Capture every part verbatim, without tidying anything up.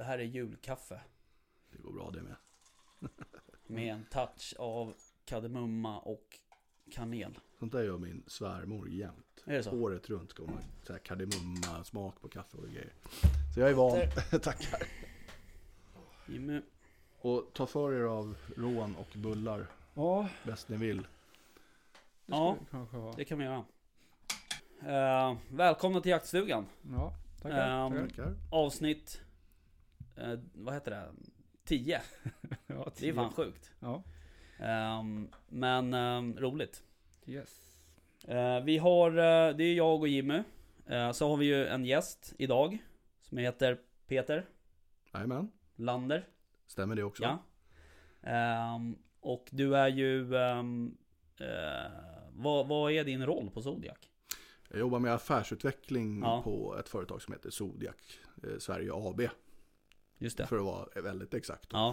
här är julkaffe. Det går bra det med. Med en touch av kardemumma och kanel. Sånt där gör min svärmor jämt. Är det så? Året runt ska man så här kardemumma, smak på kaffe och grejer. Så jag är van. Tackar. Jimmy. Och ta för er av rån och bullar. Ja. Bäst ni vill. Ja, det, det kan vi göra. Uh, välkomna till jaktstugan. Ja, tackar. Um, tackar. Avsnitt, uh, vad heter det? tio. Ja, Det är fan sjukt. Ja. Um, men um, roligt. Yes. Uh, vi har, uh, det är jag och Jimmy. Uh, så har vi ju en gäst idag. Som heter Peter Jajamän. Lander. Stämmer det också? Ja. Um, och du är ju um, uh, vad, vad är din roll på Zodiac? Jag jobbar med affärsutveckling ja. på ett företag som heter Zodiac eh, Sverige A B. Just det. För att vara väldigt exakt. Ja.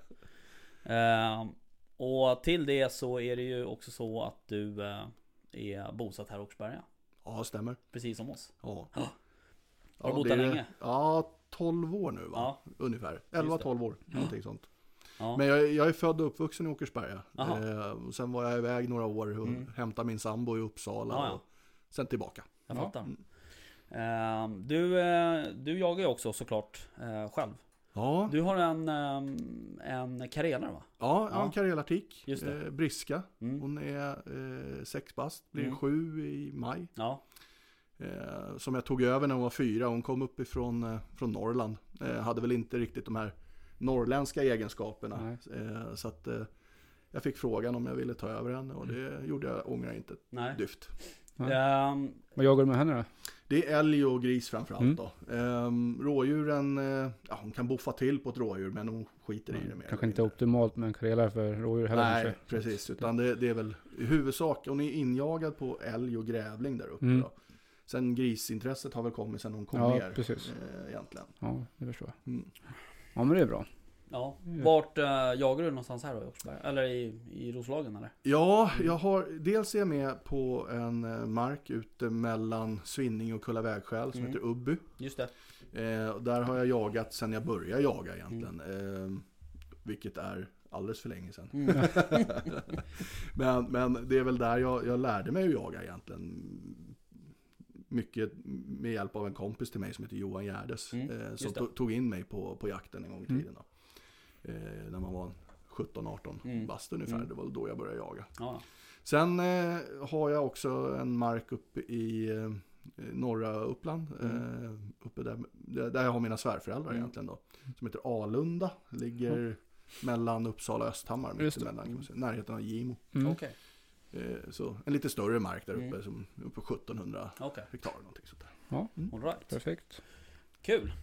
um, och till det så är det ju också så att du uh, är bosatt här i Åkersberga. Ja, stämmer. Precis som oss. Ja. Ja. Har du ja, bott det där är, länge? Ja, tolv år nu va? Ja. Ungefär. elva tolv år, någonting sånt. Ja. Men jag, jag är född och uppvuxen i Åkersberga. Eh, och sen var jag iväg några år och mm. hämtade min sambo i Uppsala. Ja, ja. Och sen tillbaka. Jag Ja. fattar. Mm. Uh, du, uh, du jagar ju också såklart uh, själv. Ja, Du har en, um, en karelare va? ja, jag har Ja. en karelartik. Just det. Eh, Briska. Mm. Hon är eh, sex bast, blir Mm. sju i maj. Ja. Eh, som jag tog över när hon var fyra. Hon kom upp ifrån eh, från Norrland. Eh, hade väl inte riktigt de här norrländska egenskaperna. Eh, så att eh, jag fick frågan om jag ville ta över henne. Och det gjorde jag, ångrar inte Nej. dyft. Um, Vad jagar du med henne då? Det är älg och gris framförallt Mm. då. Ehm, rådjuren, eh, ja, hon kan buffa till på ett rådjur men hon skiter i det mer. Kanske inte optimalt med en karelare för rådjur heller. Nej, kanske. precis. Utan det, det är väl i huvudsak, hon är injagad på älg och grävling där uppe Mm. då. Sen grisintresset har väl kommit sen hon kom Ja, ner. precis. Eh, egentligen. Ja, det förstår jag. Mm. Ja, men det är bra. ja. Vart uh, jagar du någonstans här då i Åkersberga? Eller i, i Roslagen eller? Ja, jag har dels är jag med på en eh, mark ute mellan Svinning och Kullavägskäl som Mm. heter Ubby. Just det. Eh, och där har jag jagat sen jag började jaga egentligen. Eh, vilket är alldeles för länge sedan. Mm. men, men det är väl där jag, jag lärde mig att jaga egentligen. Mycket med hjälp av en kompis till mig som heter Johan Gärdes. Mm, eh, som just det. to- tog in mig på, på jakten en gång i Mm. tiden. Då. Eh, när man var sjutton arton Mm. bast ungefär. Mm. Det var då jag började jaga. Ja. Sen eh, har jag också en mark uppe i eh, norra Uppland. Mm. Eh, uppe där, där jag har mina svärföräldrar Mm. egentligen då. Som heter Alunda. Ligger Mm. mellan Uppsala och Östhammar. Just det. Mittemellan, kan man säga. Närheten av Gimo. Mm. Okej. Eh, så en lite större mark där uppe. Mm. Som uppe på sjuttonhundra Okej. hektar. Någonting sånt där. Ja, All right. perfekt. Kul.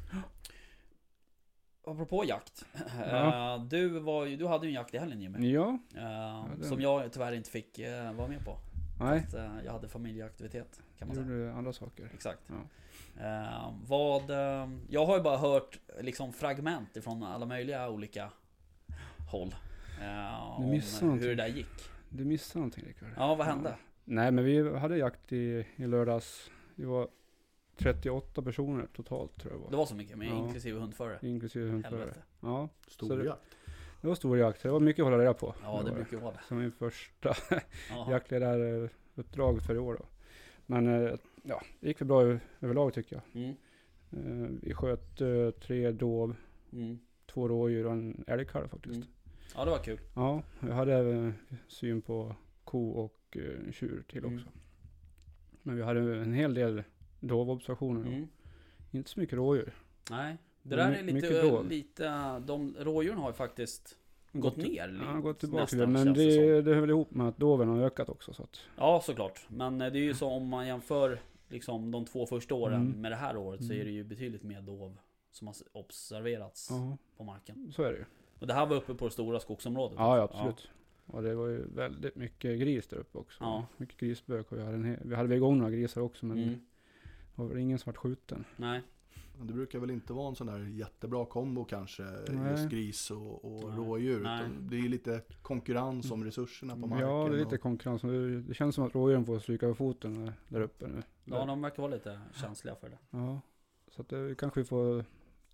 Apropå jakt. Ja. Uh, du, var ju, du hade ju en jakt i helgen Jimmy. Ja, Uh, det- som jag tyvärr inte fick uh, vara med på. nej. Att, uh, jag hade familjeaktivitet kan man Jag säga. gjorde andra saker. Exakt. Ja. Uh, vad, uh, jag har ju bara hört liksom fragment ifrån alla möjliga olika håll. Uh, Du om missade hur någonting. det där gick. Du missade någonting, Rickard. Ja, vad hände? Nej, men vi hade jakt i, i lördags. Vi var trettioåtta personer totalt, tror jag det Det var. var så mycket, med Ja. inklusive hundförare. Inklusive hundförare. Helvete. Ja, Så Stor det- jakt. det var stor jakt. Det var mycket att hålla reda på. Ja, det var brukar ju vara det. Som min första Jaha. jaktledaruppdrag för i år då. Men eh, ja, det gick väl bra ö- överlag tycker jag. Mm. Eh, Vi sköt eh, tre dov, Mm. två rådjur och en älgkalv faktiskt. Mm. Ja, det var kul. Ja, jag hade även syn på ko och eh, tjur till också. Mm. Men vi hade en hel del dovobservationer. Mm. Inte så mycket rådjur. Nej, det Men där är my- mycket lite, dov. lite de rådjuren har ju faktiskt gått ner lite. Ja, gått tillbaka nästan, till det. Men känns det det, det hör väl ihop med att doven har ökat också. Så att, Ja, såklart. Men eh, det är ju så om man jämför liksom de två första åren Mm. med det här året så Mm. är det ju betydligt mer dov som har observerats ja, på marken. så är det ju. Och det här var uppe på det stora skogsområdet. Ja, ja, också. absolut. Och det var ju väldigt mycket gris där uppe också. Ja. Mycket grisbök. Och vi hade, en hel, vi hade väl igång några grisar också. Men Mm. det var väl ingen som var skjuten. Nej. Det brukar väl inte vara en sån där jättebra kombo kanske. Nej. Just gris och, och Nej. rådjur. Nej. Utan det är lite konkurrens om resurserna på marken. Ja, det är lite och, konkurrens. Det, det känns som att rådjuren får stryka över foten eh, där uppe nu. Ja, de verkar vara lite känsliga för det. Ja, så att det kanske vi får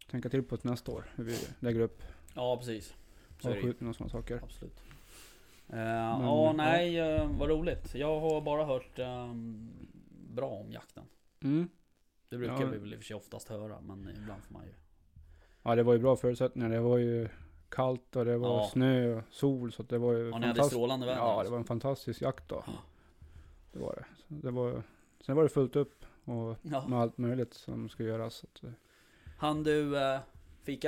tänka till på ett nästa år. Hur vi lägger upp Ja, precis. Så är det ju. avskjutning och sådana saker. Absolut. Uh, ja, nej, uh, vad roligt. Jag har bara hört um, bra om jakten. Mm. Det brukar Ja. vi väl i och för sig oftast höra, men ibland får man ju... Ja, det var ju bra förutsättningar. Det var ju kallt och det var Ja. snö och sol. Så att det var ju Ja, ni hade strålande väder. Ja, det alltså. var en fantastisk jakt då. Ja. Det var det. Så det var, sen var det fullt upp och Ja. med allt möjligt som ska göras. Så att, Han du uh, fika?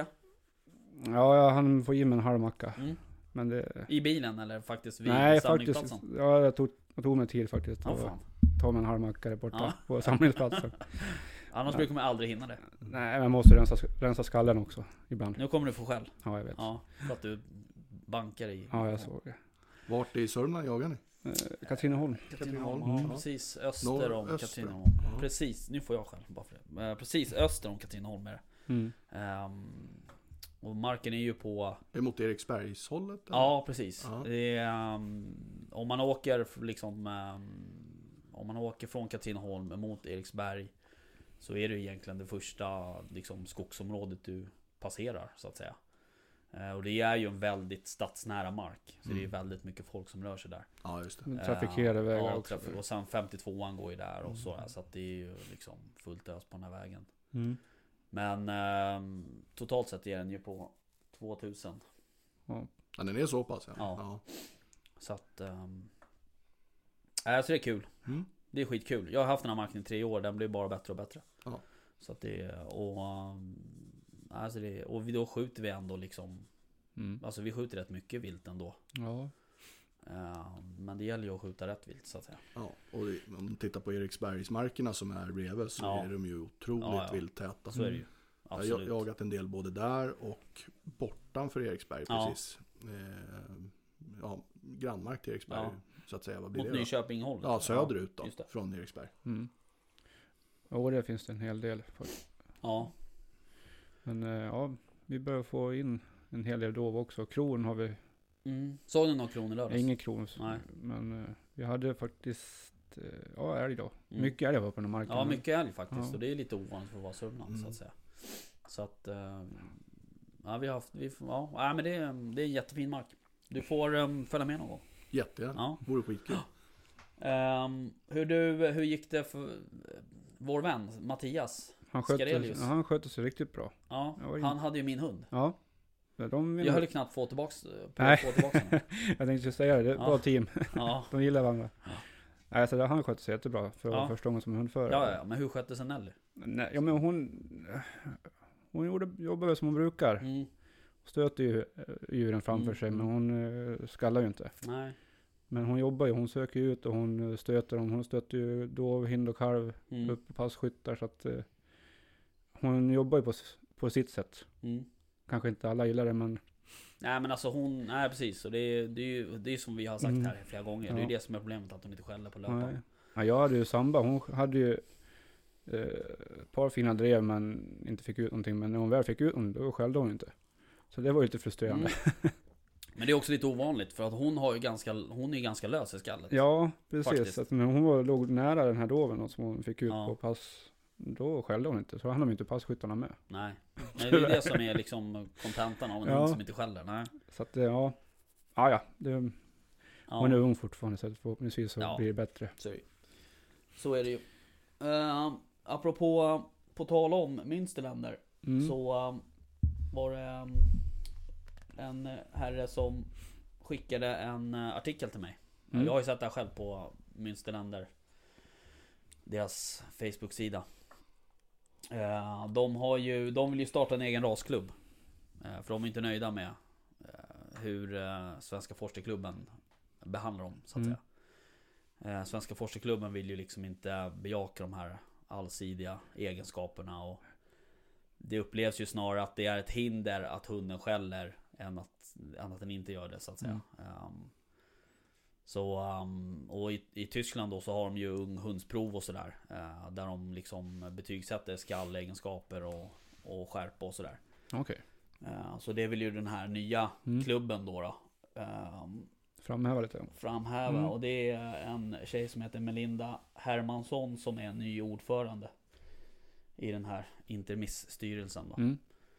ja, jag hann få i mig en halv macka. Mm. Men det... I bilen eller faktiskt vid Nej, faktiskt. samlingsplatsen? Ja, jag tog, jag tog mig tid faktiskt. Ja, att fan. ta mig en halv macka där borta Ja. på samlingsplatsen. Annars Ja. brukar man aldrig hinna det. Nej, man måste rensa, rensa skallen också ibland. Nu kommer du få skäll. Ja, jag vet. Ja, för att du bankar i... Ja, jag såg det. Vart i Sörmland jagar ni? Eh, Katrineholm. Katrineholm, Mm. ja, precis öster Norr, om öster. Katrineholm. Ja. Precis, nu får jag själv bara för det. Eh, Precis öster om Katrineholm är det. Mm. Ehm, och marken är ju på... Är det mot Eriksbergs hållet? eller? Ja, precis. Ja. Det är, ehm, om man åker f- liksom... ehm, om man åker från Katrineholm mot Eriksberg, så är det egentligen det första liksom, skogsområdet du passerar, så att säga. Eh, och det är ju en väldigt stadsnära mark. Så Mm. det är väldigt mycket folk som rör sig där. Ja, just det. Trafikerade Eh, vägar ja, också. trafik- och sen femtiotvåan går ju där och så, Mm. så att det är ju liksom fullt ös på den här vägen. Mm. Men ehm, totalt sett är den ju på tvåtusen. Ja. Ja, den är så pass ja. Ja. Ja. Så att... Um, äh, så det är kul. Mm. Det är skitkul. Jag har haft den här marken i tre år. Den blir bara bättre och bättre. Ja. Så att det är... Och, um, alltså det, och vi, då skjuter vi ändå liksom... Mm. Alltså vi skjuter rätt mycket vilt ändå. Ja. Uh, men det gäller ju att skjuta rätt vilt, så att säga. Ja, och det, om man tittar på Eriksbergsmarkerna som är bredvid så Ja. är de ju otroligt Ja, ja. vilttäta. Så är det ju. Jag har Absolut. jagat en del både där och bortanför Eriksberg Ja. precis. Eh, ja, grannmark till Eriksberg Ja. så att säga. Vad blir Mot det då? Nyköping håll. Ja, söderut då, just det. från Eriksberg. Mm. Och det finns det en hel del. För. Ja. Men eh, ja, vi börjar få in en hel del dov också. Kron har vi. Mm. Såg du någon kron i lördags? Ingen kron. Nej. Men eh, vi hade faktiskt eh, ja, älg då. Mm. Mycket älg var på den här marken. Ja, mycket älg faktiskt. Ja. Och det är lite ovanligt för att vara Sörmland, Mm. så att säga. Så att... eh, ja, vi har haft... Vi, får- ja, nej, men det är, det är en jättefin mark. Du får um, följa med någon gång. Jättegärna. Ja. Vore skitkul. Ehm, hur, du, hur gick det för eh, vår vän Mattias? Han skötte, Skarelius. ja, han skötte sig riktigt bra. Ja, Jag var in- han hade ju min hund. Ja. De Jag höll ju knappt få tillbaks, på Nej. att få tillbaks honom. jag tänkte säga det. Det är ett Ja. bra team. Ja. De gillar varandra. Ja. Nej, så det, han skötte sig jättebra. För att Ja. vara första gången som hundförare. Ja, ja, men hur skötte sig Nelly? Nej, ja, men hon... Hon gjorde, jobbade som hon brukar. Mm. Stöter ju eh, djuren framför Mm, sig. mm. Men hon eh, skallar ju inte. Nej. Men hon jobbar ju. Hon söker ju ut och hon eh, stöter dem. Hon stöter ju dov, hind och kalv Mm. upp på passkyttar. Så att eh, hon jobbar ju på, s- på sitt sätt. Mm. Kanske inte alla gillar det, men Nej, men alltså hon, nej precis. Och det är, det är ju det är som vi har sagt Mm. här flera gånger. Det är ju Ja. det som är problemet, att hon inte skäller på nej. löparen. Ja, jag hade ju samba. Hon hade ju eh, ett par fina drev men inte fick ut någonting. Men när hon väl fick ut dem, då skällde hon inte. Så det var ju lite frustrerande. Mm. Men det är också lite ovanligt, för att hon har ju ganska, hon är ju ganska lös i skallet. Ja, precis. Faktiskt. Att, men hon var, låg nära den här doven och som hon fick ut Ja. på pass. Då skällde hon inte. Så hann de inte passkyttarna med. Nej. Nej, det är det som är liksom kontentan av en Ja. hund som inte skäller. Nej. Så att det, ja. Ja, ja. Det, Ja. Hon är ung fortfarande så att förhoppningsvis så Ja. blir det bättre. Så är det, så är det ju. Uh, apropå, på tal om Münsterländer, Mm. så um, var det um, en herre som skickade en uh, artikel till mig. Mm. Jag har ju sett det här själv på Münsterländer, deras Facebook-sida. Uh, de har ju, de vill ju starta en egen rasklubb. Uh, för de är inte nöjda med uh, hur uh, Svenska Forsterklubben behandlar dem, så att Mm. säga. Eh, Svenska Forsterklubben vill ju liksom inte bejaka de här allsidiga egenskaperna, och det upplevs ju snarare att det är ett hinder att hunden skäller än att, än att den inte gör det, så att säga. Um, så, um, och i, i Tyskland då så har de ju ung hundsprov och sådär, uh, där de liksom betygsätter skallegenskaper och, och skärpa och sådär. Okej. Uh, så det vill ju den här nya Mm. klubben då, då um, Framhäva lite. framhäva. Mm. Och det är en tjej som heter Melinda Hermansson som är en ny ordförande i den här intermissstyrelsen då. Mm.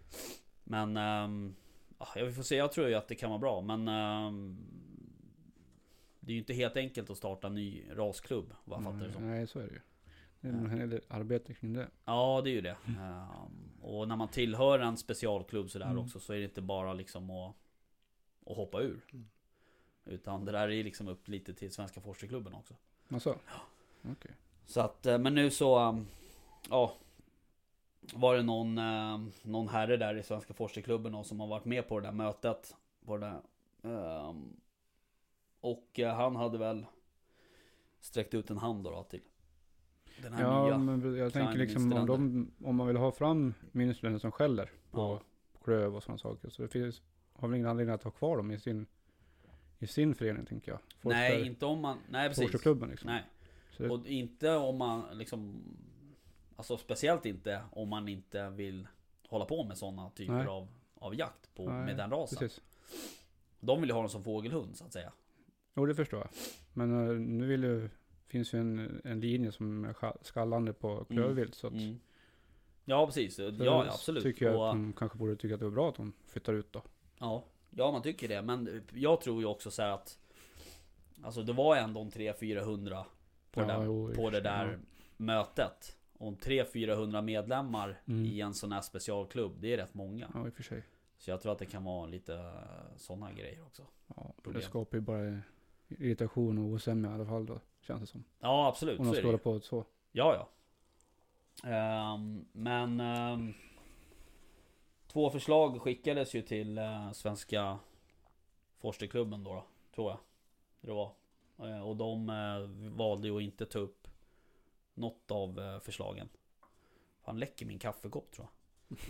Men um, ja, vi får se, jag tror ju att det kan vara bra. Men um, det är ju inte helt enkelt att starta en ny rasklubb, vad jag fattar det som. Nej, så är det ju. Det är en hel del arbete kring det. Ja, det är ju det. um, Och när man tillhör en specialklubb sådär Mm. också, så är det inte bara liksom att, att hoppa ur. Mm. Utan det där är liksom upp lite till Svenska Forsterklubben också. Alltså? Okej. Okay. Så att, men nu så um, ja, var det någon, um, någon herre där i Svenska Forsterklubben som har varit med på det där mötet på det där, um, och uh, han hade väl sträckt ut en hand då, då till den här Ja, nya. men jag tänker liksom om, de, om man vill ha fram minnesländer som skäller på, Ja. på klöv och sådana saker, så det finns, har väl ingen anledning att ha kvar dem i sin, i sin förening, tänker jag. Forster, Nej, inte om man, nej precis. Forsterklubben liksom. Nej. Så det, Och inte om man liksom, alltså speciellt inte om man inte vill hålla på med sådana typer Nej. av, av jakt på, nej, med den rasen. precis. De vill ju ha dem som fågelhund så att säga. Jo, det förstår jag. Men uh, nu vill ju, finns ju en, en linje som är scha- skallande på klövvilt, så att Mm. Ja precis, så ja absolut. tycker jag Och, att de kanske borde tycka att det var bra att de flyttar ut då. ja, ja, man tycker det. Men jag tror ju också så här att, alltså det var ändå en tre fyrahundra på, Ja, den, jo, i på och det för sig, där ja. mötet. Och tre fyrahundra medlemmar Mm. i en sån här specialklubb, det är rätt många. Ja, i och för sig. Så jag tror att det kan vara lite sådana grejer också. Ja, Problem. det skapar ju bara irritation och osämja i alla fall då, känns det som. Ja absolut, Om så de är ska det hålla ju. på så. Ja ja. Ehm, men ehm, två förslag skickades ju till uh, Svenska Forsterklubben då, då tror jag det var. Eh, och de uh, valde ju att inte ta upp något av uh, förslagen. Han läcker min kaffekopp tror jag.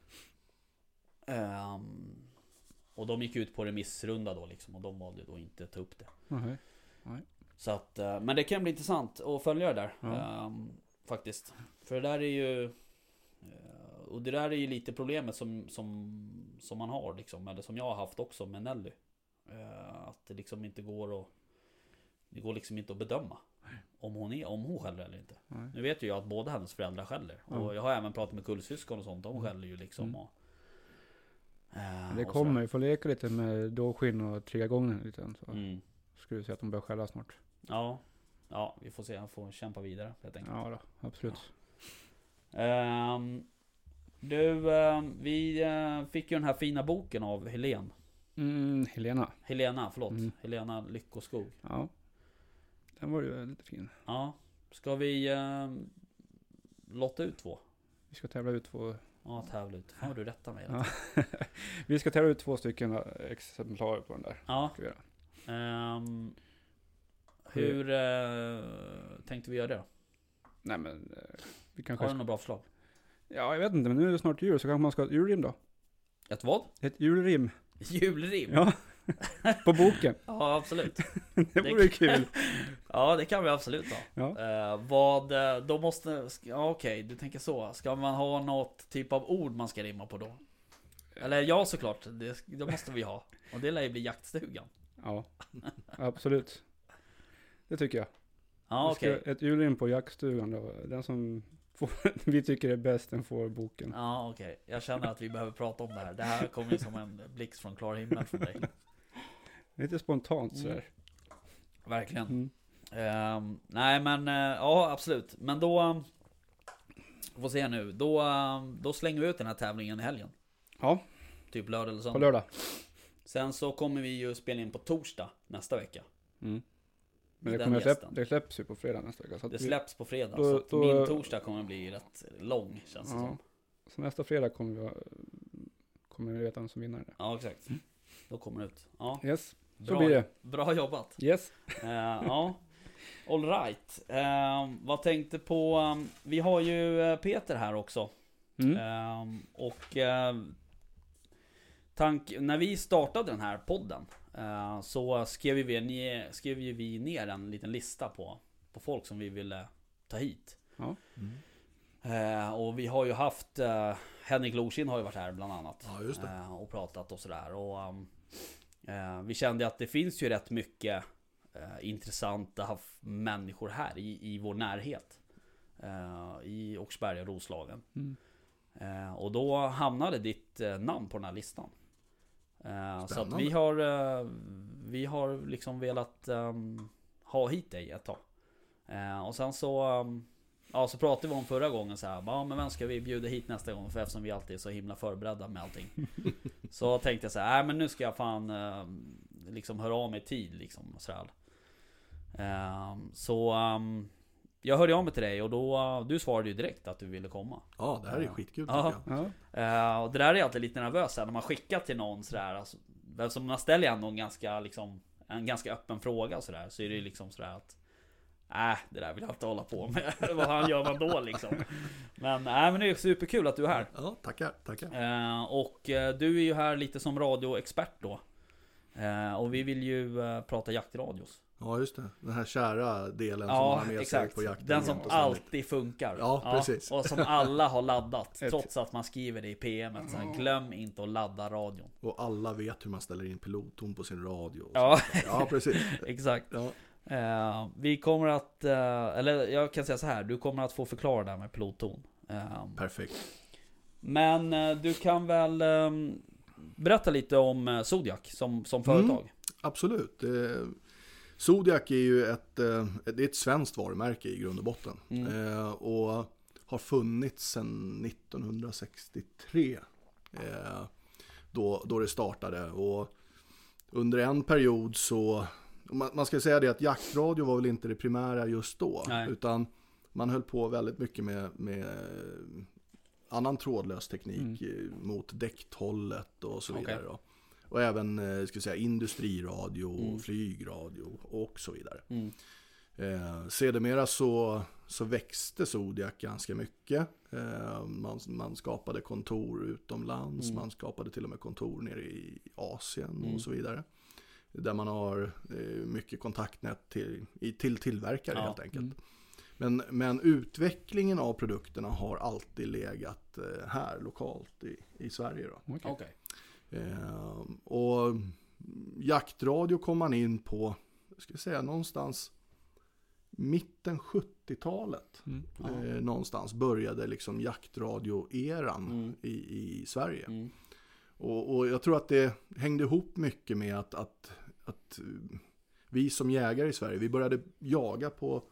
Ehm, och de gick ut på remissrunda då liksom, och de valde då inte ta upp det. Nej. Så att, eh, men det kan bli intressant att följa det där. Ja. ehm, faktiskt. För det där är ju eh, och det där är ju lite problemet som, som, som man har liksom, eller som jag har haft också med Nelly. Eh, att det liksom inte går att, det går liksom inte att bedöma om hon är, om hon skäller eller inte. Nej. Nu vet ju jag att båda hennes föräldrar skäller. Ja. Och jag har även pratat med kullsyskon och sånt. De skäller ju liksom. Mm. Och, eh, Det och kommer ju få leka lite med dåskinn och tre gånger lite än, så sådär. Mm. skulle du säga att de börjar skälla snart. Ja. Ja, vi får se. Jag får kämpa vidare helt enkelt. Ja då, absolut. Ehm, du, ehm, vi eh, fick ju den här fina boken av Helen. Mm, Helena. Helena, förlåt. Mm. Helena Lyckoskog. Ja. Den var ju väldigt fin. Ja. Ska vi ehm, lotta ut två? Vi ska tävla ut två. Ja, tävla ut. Fan vad du rättar mig. Ja. Vi ska tävla ut två stycken exemplar på den där. Ja. Ska vi göra. Ehm, hur eh, tänkte vi göra det då? Nej men, eh, vi kanske Har du ska... några bra förslag? Ja, jag vet inte, men nu är det snart jul så kanske man ska ha ett julrim då. Ett vad? Ett julrim. Julrim? Ja. På boken. Ja, absolut. Det vore kul. Ja, det kan vi absolut ha. Ja. Eh, vad, eh, då måste, ja okej, du tänker så. Ska man ha något typ av ord man ska rimma på då? Eller ja, såklart, det, det måste vi ha. Och det lär ju bli jaktstugan. Ja, absolut. Det tycker jag. Ja, Vi ska- okej. Ett julrim på jaktstugan då. Den som får, vi tycker är bäst, den får boken. Ja, okej. Jag känner att vi behöver prata om det här. Det här kommer ju som en blixt från klar himmel för dig. Lite spontant Mm. sådär. Verkligen. Mm. Ehm, nej men, eh, ja absolut. Men då, um, får se nu. Då, um, då slänger vi ut den här tävlingen i helgen. Ja, Typ lördag eller på söndag. lördag. Sen så kommer vi ju spela in på torsdag nästa vecka. Mm. Men det, Den kommer släpp, gästen. det släpps ju på fredag nästa vecka. Så att Det vi- släpps på fredag. Då- så att då- min torsdag kommer bli rätt lång känns det Ja. som. Så nästa fredag kommer vi, kommer vi veta vem som vinner det. Ja exakt. Då kommer det ut. Ja, Yes, så bra, blir det. bra jobbat. Yes. Eh, ja, all right. Eh, vad tänkte på? Um, vi har ju eh, Peter här också. Mm. Ehm, och eh, tank, när vi startade den här podden eh, så skrev vi, ner, skrev ju vi ner en liten lista på, på folk som vi ville ta hit. Ja. Mm. Eh, och vi har ju haft eh, Henrik Lorsin har ju varit här bland annat. Ja, just det. Eh, och pratat och sådär. Och um, eh, vi kände att det finns ju rätt mycket eh, intressanta människor här i, i vår närhet. Eh, I Åkersberga och Roslagen. Mm. Eh, och då hamnade ditt eh, namn på den här listan. Eh, så att vi har eh, vi har liksom velat um, ha hit dig ett tag. Eh, och sen så um, ja, så pratade vi om förra gången så här, ja men vem ska vi bjuda hit nästa gång, för eftersom vi alltid är så himla förberedda med allting. Så tänkte jag så här, nej men nu ska jag fan uh, liksom höra av mig i tid liksom och så här. Uh, så um, jag hörde av mig till dig och då uh, du svarade ju direkt att du ville komma. Ja, det här är skitkul tycker ja. jag. Uh, och det där är alltid lite nervös här, när man skickar till någon så där, alltså, som man ställer ändå en ganska liksom en ganska öppen fråga så där, så är det ju liksom så där att nej, äh, det där vill jag inte hålla på med. Vad han gör man då liksom. Men, äh, men det är superkul att du är här. Ja, tackar, tackar. Eh, och eh, du är ju här lite som radioexpert då. Eh, och vi vill ju eh, prata jaktradios. Ja, just det. Den här kära delen ja, som man har med exakt. sig på jakten. Den som alltid funkar. Ja, precis. Ja, och som alla har laddat. Trots att man skriver det i P M. Så här, glöm inte att ladda radion. Och alla vet hur man ställer in pilotton på sin radio. Ja, ja precis. Exakt. Ja. Uh, vi kommer att, uh, eller jag kan säga så här, du kommer att få förklara det här med pilotton. Uh, Perfekt. Men uh, du kan väl um, berätta lite om uh, Zodiac som, som företag. Mm, absolut. Eh, Zodiac är ju ett, eh, det är ett svenskt varumärke i grund och botten. Mm. Eh, och har funnits sedan nittonhundrasextiotre. Eh, då, då det startade. Och under en period så man ska säga det att jaktradio var väl inte det primära just då. Nej. Utan man höll på väldigt mycket med, med annan trådlös teknik mm. mot däckhållet och så vidare. Okay. Och även ska jag säga, industriradio, mm. flygradio och så vidare. Mm. Eh, sedermera så, så växte Zodiac ganska mycket. Eh, man, man skapade kontor utomlands, mm. man skapade till och med kontor nere i Asien mm. och så vidare. Där man har eh, mycket kontaktnät till, till tillverkare ja. helt enkelt. Mm. Men, men utvecklingen av produkterna har alltid legat eh, här lokalt i, i Sverige. Då. Okay. Okay. Eh, och jaktradio kom man in på, ska jag säga, någonstans mitten sjuttiotalet. Mm. Eh, någonstans började liksom jaktradioeran mm. i, i Sverige. Mm. Och, och jag tror att det hängde ihop mycket med att, att, att vi som jägare i Sverige, vi började jaga på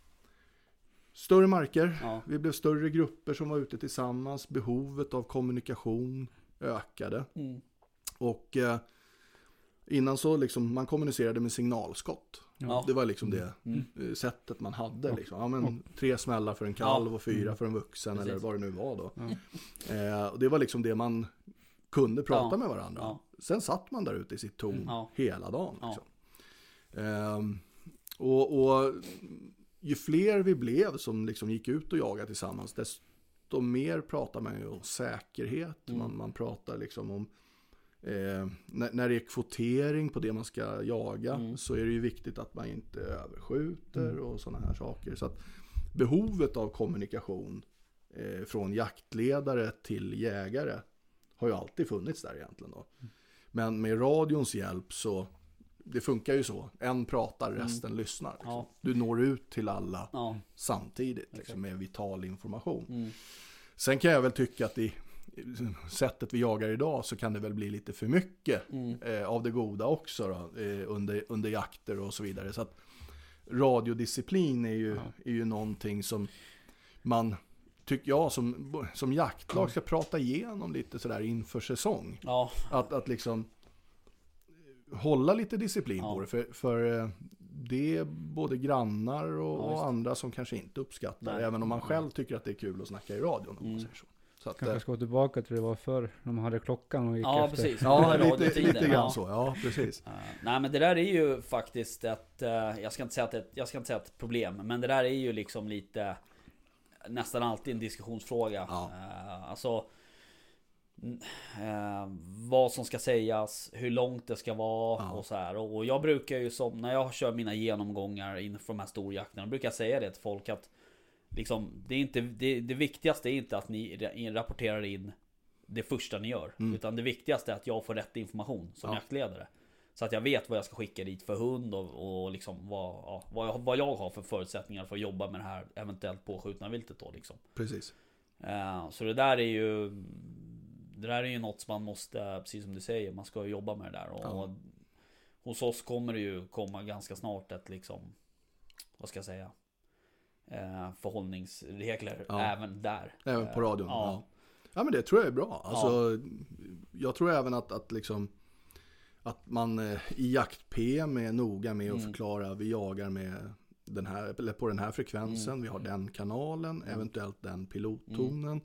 större marker. Ja. Vi blev större grupper som var ute tillsammans. Behovet av kommunikation ökade. Mm. Och eh, innan så liksom, man kommunicerade med signalskott. Ja. Det var liksom det mm. sättet man hade. Liksom. Ja, men, tre smällar för en kalv och fyra för en vuxen. Precis. Eller vad det nu var då. Ja. Eh, och det var liksom det man kunde prata ja. med varandra. Ja. Sen satt man där ute i sitt torn ja. hela dagen. Liksom. Ja. Ehm, och, och ju fler vi blev som liksom gick ut och jagade tillsammans, desto mer pratar man ju om säkerhet. Mm. Man, man pratar liksom om eh, när, när det är kvotering på det man ska jaga mm. så är det ju viktigt att man inte överskjuter mm. och sådana här saker. Så att behovet av kommunikation eh, från jaktledare till jägare har ju alltid funnits där egentligen då. Men med radions hjälp så, det funkar ju så. En pratar, resten mm. lyssnar. Liksom. Ja. Du når ut till alla ja. samtidigt liksom, med vital information. Mm. Sen kan jag väl tycka att i sättet vi jagar idag så kan det väl bli lite för mycket mm. eh, av det goda också då, eh, under, under jakter och så vidare. Så att radiodisciplin är ju, ja. är ju någonting som man tycker jag som, som jaktlag ska prata igenom lite sådär inför säsong. Ja. Att, att liksom hålla lite disciplin ja. på det. För, för det är både grannar och, ja, och andra som kanske inte uppskattar. Nej. Även om man själv tycker att det är kul att snacka i radion. Om man säger så. Så att, kanske ska gå tillbaka till det var förr. När man hade klockan och gick ja, efter. Precis. Ja, lite, lite grann ja. så. Ja, precis. Uh, nej, men det där är ju faktiskt ett, uh, jag ska inte säga att ett, jag ska inte säga ett problem. Men det där är ju liksom lite nästan alltid en diskussionsfråga. Ja. Uh, alltså uh, vad som ska sägas, hur långt det ska vara ja. och så här. Och jag brukar ju som när jag kör mina genomgångar inför de här storjakterna, brukar jag säga det till folk att liksom, det är inte det, det viktigaste är inte att ni rapporterar in det första ni gör, mm. utan det viktigaste är att jag får rätt information som ja. jaktledare. Så att jag vet vad jag ska skicka dit för hund och, och liksom vad, ja, vad, jag, vad jag har för förutsättningar för att jobba med det här eventuellt påskjutna viltet då liksom. Precis. Uh, så det där är ju det där är ju något som man måste, precis som du säger, man ska jobba med det där. Och, ja. och hos oss kommer det ju komma ganska snart ett liksom, vad ska jag säga, uh, förhållningsregler ja. även där. Även på radion. Uh, ja. ja. Ja men det tror jag är bra. Alltså, ja. Jag tror även att, att liksom att man eh, i jakt-P M är noga med att mm. förklara, vi jagar med den här, eller på den här frekvensen, mm. vi har den kanalen, mm. eventuellt den pilottonen.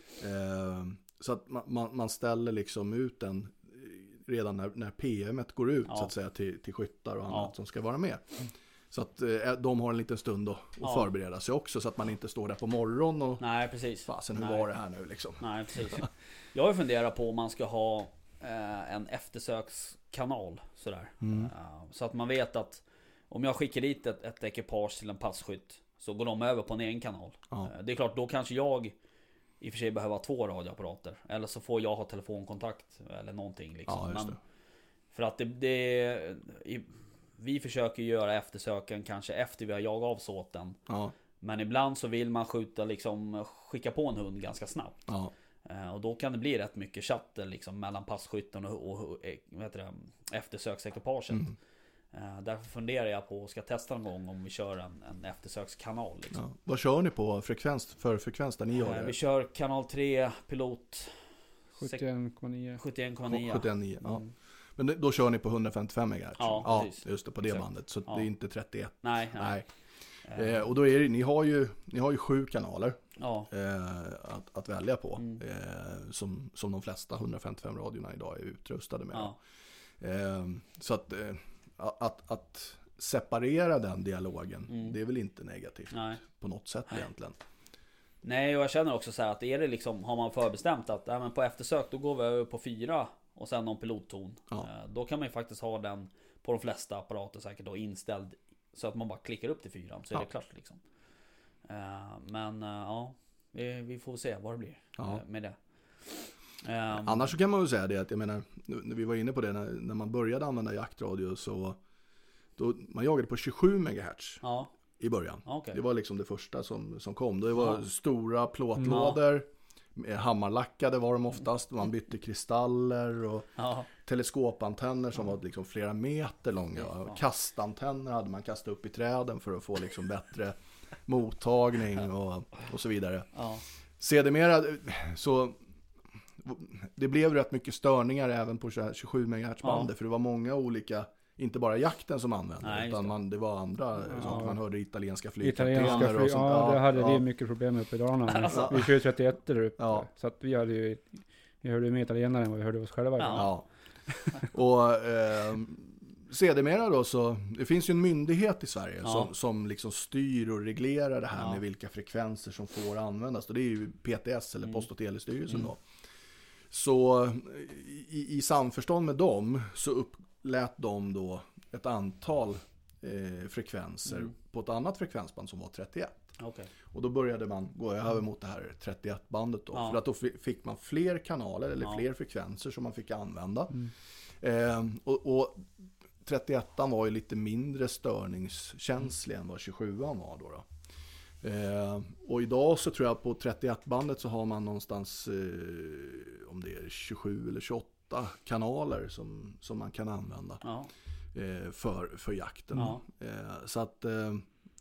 Mm. Eh, så att man, man, man ställer liksom ut den redan när, när P M:et går ut ja. så att säga till, till skyttar och annat ja. som ska vara med. Mm. Så att eh, de har en liten stund att, att ja. förbereda sig också, så att man inte står där på morgon och nej precis. Fasen, hur Nej. var det här nu liksom? Nej precis. Jag har funderat på om man ska ha eh, en eftersökskanal sådär. Mm. Uh, så att man vet att om jag skickar dit ett, ett ekipage till en passkytt, så går de över på en egen kanal. Ja. Uh, det är klart, då kanske jag i och för sig behöver två radioapparater, eller så får jag ha telefonkontakt eller någonting liksom. Ja, just det. Men för att det, det i, vi försöker göra eftersöken kanske efter vi har jagat av såten. Ja. Men ibland så vill man skjuta liksom, skicka på en hund ganska snabbt. Ja. Uh, och då kan det bli rätt mycket chatter liksom, mellan passkytten och, och, och vad heter det, eftersöksekipaget. Mm. Uh, därför funderar jag på att ska testa någon gång om vi kör en, en eftersökskanal liksom. Ja. Vad kör ni på frekvens, för frekvens där ni gör det? Uh, vi kör kanal tre pilot sjuttioen komma nio sjuttioen komma nio sjuttioen komma nio ja. Mm. Men då kör ni på hundrafemtiofem megahertz. Ja, ja just det, på det Exakt. bandet. Så ja. det är inte trettioett. Nej, nej. nej. Eh, och då är det, ni har ju ni har ju sju kanaler ja. eh, att, att välja på. Mm. Eh, som, som de flesta hundrafemtiofem radiorna idag är utrustade med. Ja. Eh, så att, eh, att, att separera den dialogen, mm. det är väl inte negativt nej. på något sätt nej. egentligen. Nej, och jag känner också så här att är det liksom, har man förbestämt att äh, men på eftersök då går vi över på fyra och sen någon pilotton. Ja. Då kan man ju faktiskt ha den på de flesta apparater säkert då inställd så att man bara klickar upp till fyran så är ja. det klart liksom. Men ja, vi, vi får se vad det blir ja. med det. Um, Annars så kan man ju säga det att jag menar, när vi var inne på det när, när man började använda jaktradio så då, man jagade på tjugosju megahertz ja. i början. Okay. Det var liksom det första som, som kom. Det var ja. stora plåtlådor. Ja. Hammarlackade var de oftast. Man bytte kristaller och ja. teleskopantenner som ja. var liksom flera meter långa. Ja. Kastantenner hade man kastat upp i träden för att få liksom bättre mottagning och, och så vidare. Ja. Sedermera så det blev rätt mycket störningar även på tjugosju megahertz bandet ja. för det var många olika, inte bara jakten som använde Nej, utan man, det var andra ja. sånt, man hörde italienska flygkaptener fly- och sånt. Ja, det hade ja. vi mycket problem med uppe i Dalarna. Alltså. Vi kör trettioett där uppe. Ja. Så att vi hade ju vi hörde mer italienare än vad vi hörde oss själva. Ja. ja. Och eh, sedermera då så det finns ju en myndighet i Sverige ja. som, som liksom styr och reglerar det här ja. med vilka frekvenser som får användas. Och det är ju P T S eller mm. Post- och telestyrelsen mm. då. Så i, i samförstånd med dem så upplät de då ett antal eh, frekvenser mm. på ett annat frekvensband som var trettioett. Okay. Och då började man gå över mot det här trettioett-bandet då. Ja. För att då fick man fler kanaler eller ja. fler frekvenser som man fick använda. Mm. Eh, och, och trettioettan var ju lite mindre störningskänslig mm. än vad tjugosjuan var då. då. Eh, och idag så tror jag på trettioett-bandet så har man någonstans eh, om det är tjugosju eller tjugoåtta kanaler som, som man kan använda ja. eh, för, för jakten. Ja. Eh, så att eh,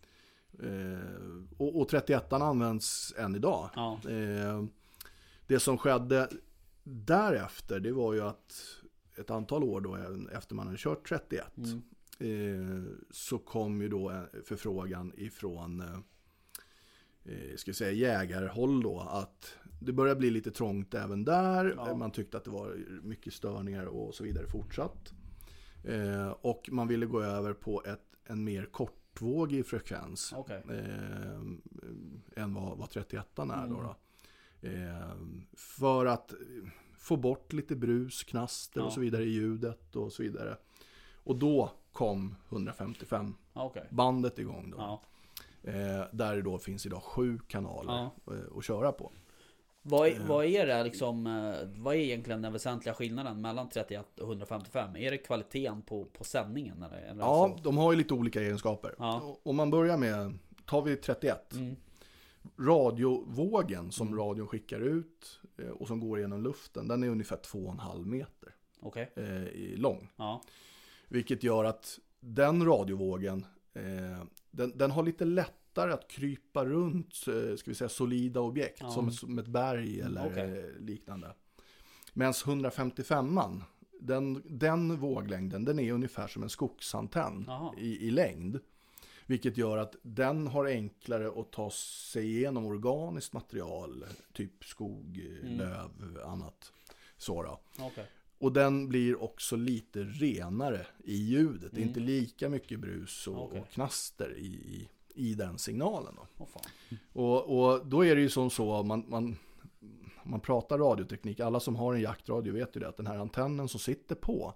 och, och trettioettan används än idag. Ja. Eh, det som skedde därefter det var ju att ett antal år då efter man hade kört trettioett mm. eh, så kom ju då en förfrågan ifrån eh, ska jag säga jägarhåll då att det börjar bli lite trångt även där. Ja. Man tyckte att det var mycket störningar och så vidare fortsatt. Eh, och man ville gå över på ett, en mer kortvågig frekvens okay. eh, än vad, vad trettioettan är. Mm. Då, då. Eh, för att få bort lite brus, knaster ja. och så vidare i ljudet och så vidare. Och då kom hundrafemtiofem okay. bandet igång då. Ja. Eh, där det då finns idag sju kanaler ja. eh, att köra på. Vad är, vad är det liksom, vad är egentligen den väsentliga skillnaden mellan trettioett och hundrafemtiofem? Är det kvaliteten på, på sändningen? Eller, eller ja, alltså? de har ju lite olika egenskaper. Ja. Om man börjar med, tar vi trettioett. Mm. radiovågen som Mm. radion skickar ut eh, och som går genom luften, den är ungefär två och en halv meter Okej. eh, i lång. Ja. Vilket gör att den radiovågen, eh, den, den har lite lättare att krypa runt, eh, ska vi säga, solida objekt, Ja. som, som ett berg eller Okej. eh, liknande. Medan hundrafemtiofemman, den, den våglängden, den är ungefär som en skogsantenn Jaha. i, i längd. Vilket gör att den har enklare att ta sig igenom organiskt material, typ skog, Mm. löv, annat. Så då. Okej. Och den blir också lite renare i ljudet. Det är Mm. inte lika mycket brus och, Okej. och knaster i, i, i den signalen. Då. Åh fan. Och, och då är det ju som så, man, man, man pratar radioteknik, alla som har en jaktradio vet ju det, att den här antennen som sitter på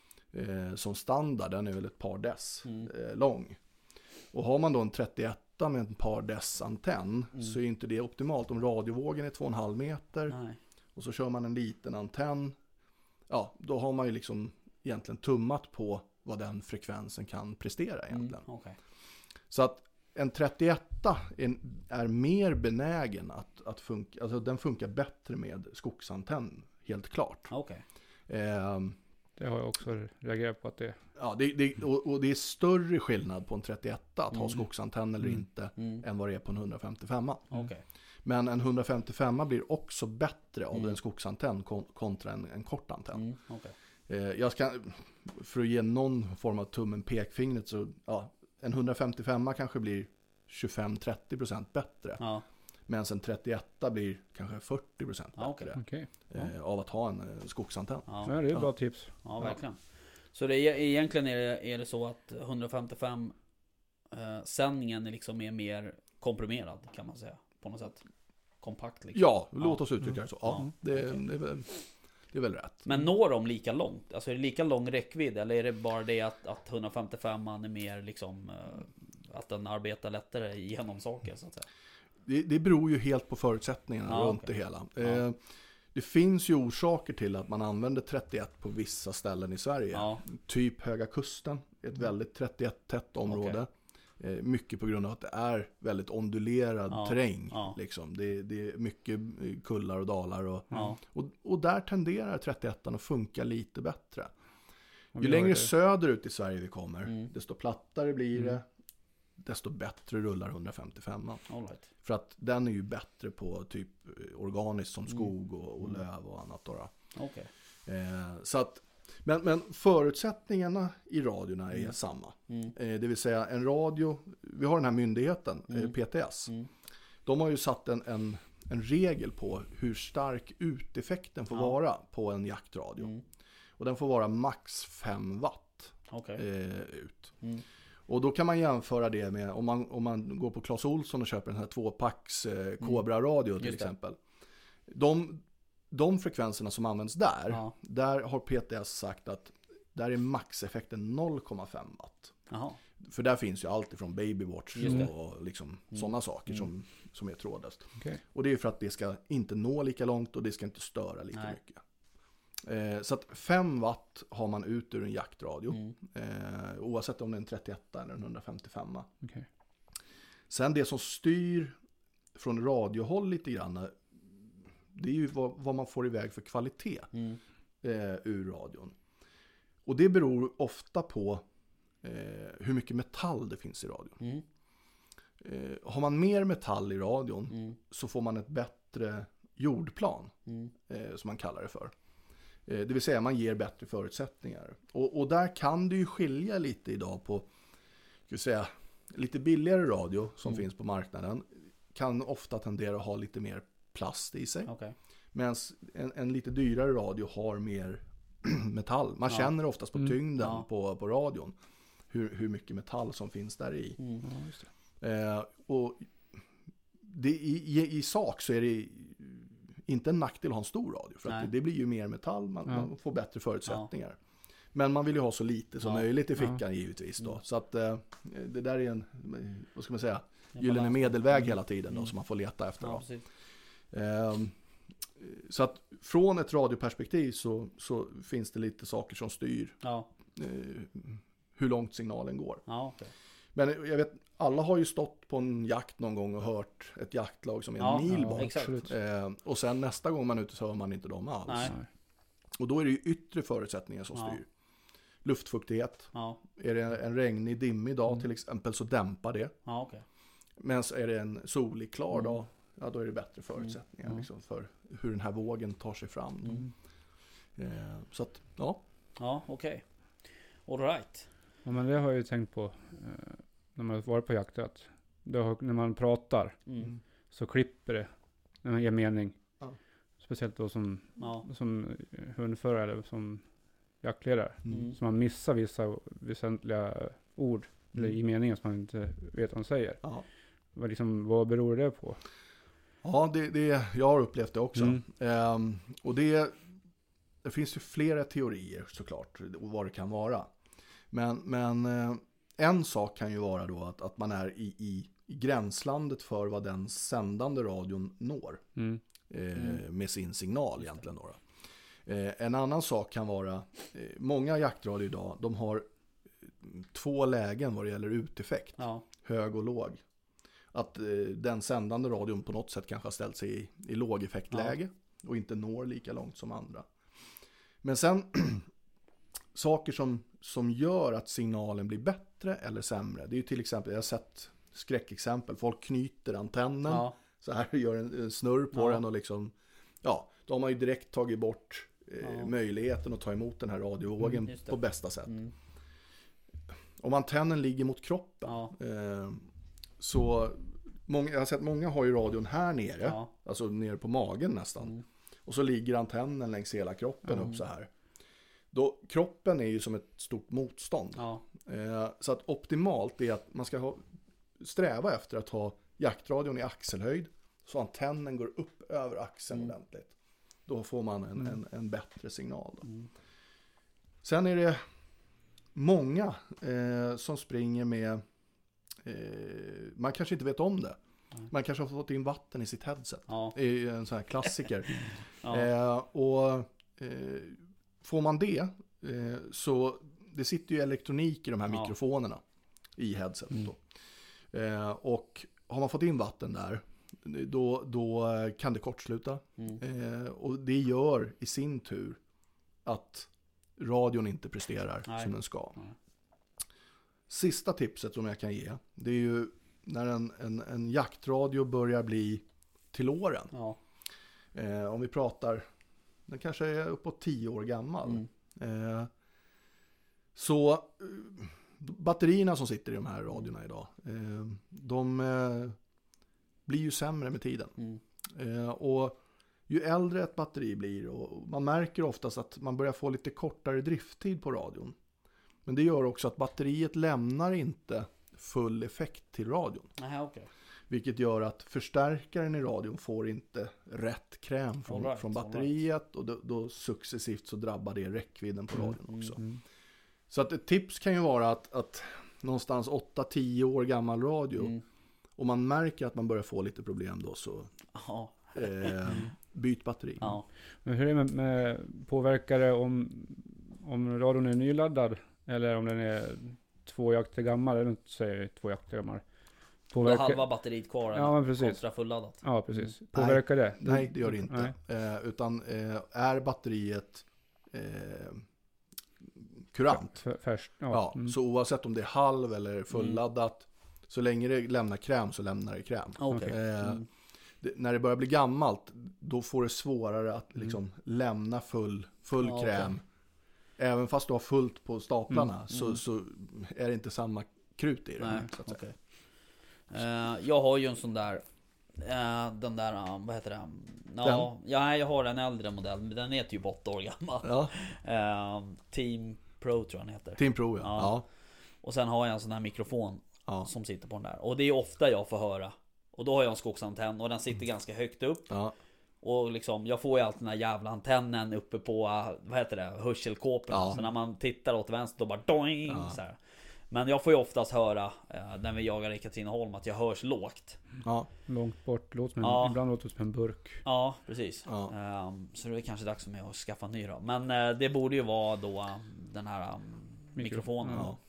eh, som standard, den är väl ett par dess Mm. eh, lång. Och har man då en trettioett med en par dess antenn Mm. så är inte det optimalt. Om radiovågen är två och en halv meter Nej. och så kör man en liten antenn, ja, då har man ju liksom egentligen tummat på vad den frekvensen kan prestera egentligen. Mm. Okej. Så att en trettioett är, är mer benägen att, att funka, alltså den funkar bättre med skogsantenn, helt klart. Okej. Ehm, Det har jag också reagerat på att det ja, det, det, och, och det är större skillnad på en trettioett att ha Mm. skogsantenn eller Mm. inte Mm. än vad det är på en hundrafemtiofem. Okej. Men en hundrafemtiofem blir också bättre av Mm. en skogsantenn kon- kontra en, en kort antenn. Mm. Okej. Eh, jag ska, för att ge någon form av tummen pekfingret, så ja, en hundrafemtiofem kanske blir tjugofem till trettio procent bättre. Ja. Medan en trettioett blir kanske fyrtio procent Ja, bättre okej. eh, av att ha en eh, skogsantenn. Ja. Ja, det är Ja. bra tips. Ja, verkligen. Så det är, egentligen är det, är det så att hundrafemtiofem eh, sändningen är liksom är mer komprimerad, kan man säga. På något sätt. Kompakt liksom. Ja, låt oss uttrycka det så. Ja, Ja, det, okej. det, är väl, det är väl rätt. Men når de lika långt? Alltså är det lika lång räckvidd? Eller är det bara det att, att hundrafemtiofem är mer liksom eh, att den arbetar lättare genom saker så att säga? Det, det beror ju helt på förutsättningarna Ja, runt okej. det hela. Ja. Eh, det finns ju orsaker till att man använder trettioett på vissa ställen i Sverige. Ja. Typ Höga Kusten, ett väldigt trettioett-tätt område. Eh, mycket på grund av att det är väldigt ondulerad Ja. terräng. Ja. Liksom. Det, det är mycket kullar och dalar. Och, Ja. och, och där tenderar trettioett att funka lite bättre. Och Ju vi har längre det- söderut i Sverige vi kommer, Mm. desto plattare blir Mm. det. Desto bättre rullar hundrafemtiofem. All right. För att den är ju bättre på typ eh, organiskt som skog och, och Mm. löv och annat. Då då. Okej. Eh, så att, men, men förutsättningarna i radiorna är Mm. samma. Mm. Eh, det vill säga en radio, vi har den här myndigheten, eh, Mm. P T S. Mm. De har ju satt en, en, en regel på hur stark uteffekten får Ja. vara på en jaktradio. Mm. Och den får vara max fem watt Okej. eh, ut. Mm. Och då kan man jämföra det med, om man, om man går på Clas Ohlson och köper den här tvåpacks eh, Cobra-radio till Just det. exempel. De, de frekvenserna som används där, Ja. där har P T S sagt att där är maxeffekten noll komma fem watt. Jaha. För där finns ju allt ifrån babywatch Just det. och liksom Mm. sådana saker Mm. som, som är trådlöst. Okej. Och det är för att det ska inte nå lika långt och det ska inte störa lika Nej. mycket. Eh, så att fem watt har man ut ur en jaktradio. Mm. Eh, oavsett om det är en trettioett eller en hundrafemtiofem. Okej. Sen det som styr från radiohåll lite grann, det är ju vad, vad man får iväg för kvalitet Mm. eh, ur radion. Och det beror ofta på eh, hur mycket metall det finns i radion. Mm. Eh, har man mer metall i radion Mm. så får man ett bättre jordplan, Mm. eh, som man kallar det för. Eh, det vill säga man ger bättre förutsättningar. Och, och där kan det ju skilja lite idag på, ska vi säga, lite billigare radio som Mm. finns på marknaden kan ofta tendera att ha lite mer plast i sig. Okej. Medan en, en lite dyrare radio har mer metall. Man Ja. känner oftast på Mm. tyngden Ja. på, på radion hur, hur mycket metall som finns där i. Mm. Ja, just det. Eh, och det, i, i, i sak så är det inte en nackdel att ha en stor radio. För att Nej. det, det blir ju mer metall, man, Ja. man får bättre förutsättningar. Men man vill ju ha så lite som Ja. möjligt i fickan Ja. givetvis då. Mm. Så att eh, det där är en, vad ska man säga, En gyllene balans. medelväg Mm. hela tiden då, Mm. som man får leta efter. Ja, Då. precis. Ehm, så att från ett radioperspektiv så, så finns det lite saker som styr Ja. eh, hur långt signalen går. Ja, okej. Men jag vet, alla har ju stått på en jakt någon gång och hört ett jaktlag som är en Ja, mil ja, bort. exakt. Eh, och sen nästa gång man är ute så hör man inte dem alls. Nej. Och då är det ju yttre förutsättningar som Ja. styr. Luftfuktighet. Ja, Är det en regnig, dimmig dag Mm. till exempel så dämpar det. ja okej. Men så är det en solig, klar Mm. dag, ja då är det bättre förutsättningar Mm. liksom, för hur den här vågen tar sig fram. Mm. Eh, så att, ja. Ja, okej. All right. Ja, men det har jag ju tänkt på eh, när man har varit på jakt. Att det har, när man pratar Mm. så klipper det när man ger mening. Ja. Speciellt då som, Ja. som hundförare eller som jaktledare. Mm. Så man missar vissa väsentliga ord eller i meningen som man inte vet vad de säger. Ja, Vad, liksom, vad beror det på? ja det, det, jag har upplevt det också. Mm. Ehm, och det, det finns ju flera teorier såklart, och vad det kan vara. Men, men eh, en sak kan ju vara då att, att man är i, i, i gränslandet för vad den sändande radion når. Mm. Eh, Mm. med sin signal egentligen då. Eh, en annan sak kan vara, eh, många jaktradio idag, de har två lägen vad det gäller uteffekt, Ja. hög och låg. Att eh, den sändande radion på något sätt kanske har ställt sig i, i lågeffektläge och inte når lika långt som andra. Men sen saker som, som gör att signalen blir bättre eller sämre, det är ju till exempel, jag har sett skräckexempel, folk knyter antennen Ja. så här, gör en, en snurr på Ja. den och liksom, ja, då har man ju direkt tagit bort eh, Ja. möjligheten att ta emot den här radiovågen Mm, just det. på bästa sätt. Mm. Om antennen ligger mot kroppen, Ja. eh, så många, jag har sett många har ju radion här nere, Ja. alltså nere på magen nästan. Mm. Och så ligger antennen längs hela kroppen Mm. upp så här. Då, kroppen är ju som ett stort motstånd. Ja. Eh, så att optimalt är att man ska ha, sträva efter att ha jaktradion i axelhöjd så antennen går upp över axeln Mm. ordentligt. Då får man en, Mm. en, en bättre signal. Då. Mm. Sen är det många eh, som springer med, eh, man kanske inte vet om det. Mm. Man kanske har fått in vatten i sitt headset. Ja. Det är ju en sån här klassiker. Ja. Eh, och eh, får man det eh, så det sitter ju elektronik i de här Ja. mikrofonerna i headsetet Mm. då. Eh, och har man fått in vatten där då, då kan det kortsluta. Mm. Eh, och det gör i sin tur att radion inte presterar Nej. som den ska. Nej. Sista tipset som jag kan ge, det är ju när en, en, en jaktradio börjar bli till åren. Ja. Eh, om vi pratar, den kanske är uppåt tio år gammal. Mm. Eh, så eh, batterierna som sitter i de här radiorna idag, eh, de eh, blir ju sämre med tiden. Mm. Eh, och ju äldre ett batteri blir, och man märker oftast att man börjar få lite kortare drifttid på radion. Men det gör också att batteriet lämnar inte full effekt till radion. Nej, okej. Vilket gör att förstärkaren i radion får inte rätt kräm från, All right, från all batteriet. Och då, då successivt så drabbar det räckvidden på radion Mm, också. Mm. Så att ett tips kan ju vara att, att någonstans åtta till tio år gammal radio. Mm. Och man märker att man börjar få lite problem då så Ja. eh, byt batteri. Ja. Men hur är det med, med påverkare om, om radion är nyladdad eller om den är två jakter gammal, eller inte säger två jakter gammal. Då har halva batteriet kvar Ja, men precis. kontra fulladdat. Ja, precis. Mm. Påverkar det? Nej, det gör det inte. Nej. Eh, utan eh, är batteriet eh, kurant. F- Färskt? Ja. Ja, Mm. så oavsett om det är halv eller fulladdat, så länge det lämnar kräm så lämnar det kräm. Okej. Eh, Mm. det, när det börjar bli gammalt, då får det svårare att liksom lämna full, full Ja, kräm. Även fast du har fullt på staplarna Mm. Så, Mm. så är det inte samma krut i det. Nej, så att säga. okej. Eh, jag har ju en sån där eh, den där, uh, vad heter det? Ja, ja, jag har en äldre modell, men den är typ åtta år gammal. Ja, Eh, Team Pro tror jag den heter. Team Pro, ja. Ja. Ja, Och sen har jag en sån här mikrofon ja, som sitter på den där. Och det är ofta jag får höra. Och då har jag en skogsantenn och den sitter ganska högt upp. ja. Och liksom, jag får ju alltid den här jävla antennen uppe på, uh, vad heter det, hörselkåporna. Ja. Så när man tittar åt vänster då bara doing, Ja. så här. Men jag får ju oftast höra eh, när vi jagar i Katrineholm att jag hörs lågt. ja. Långt bort, låter som en, Ja. ibland låter det som en burk. Ja, precis. Ja. Ehm, så det är kanske dags för mig att skaffa en ny då. Men eh, det borde ju vara då eh, den här um, mikrofonen. Ja. Då.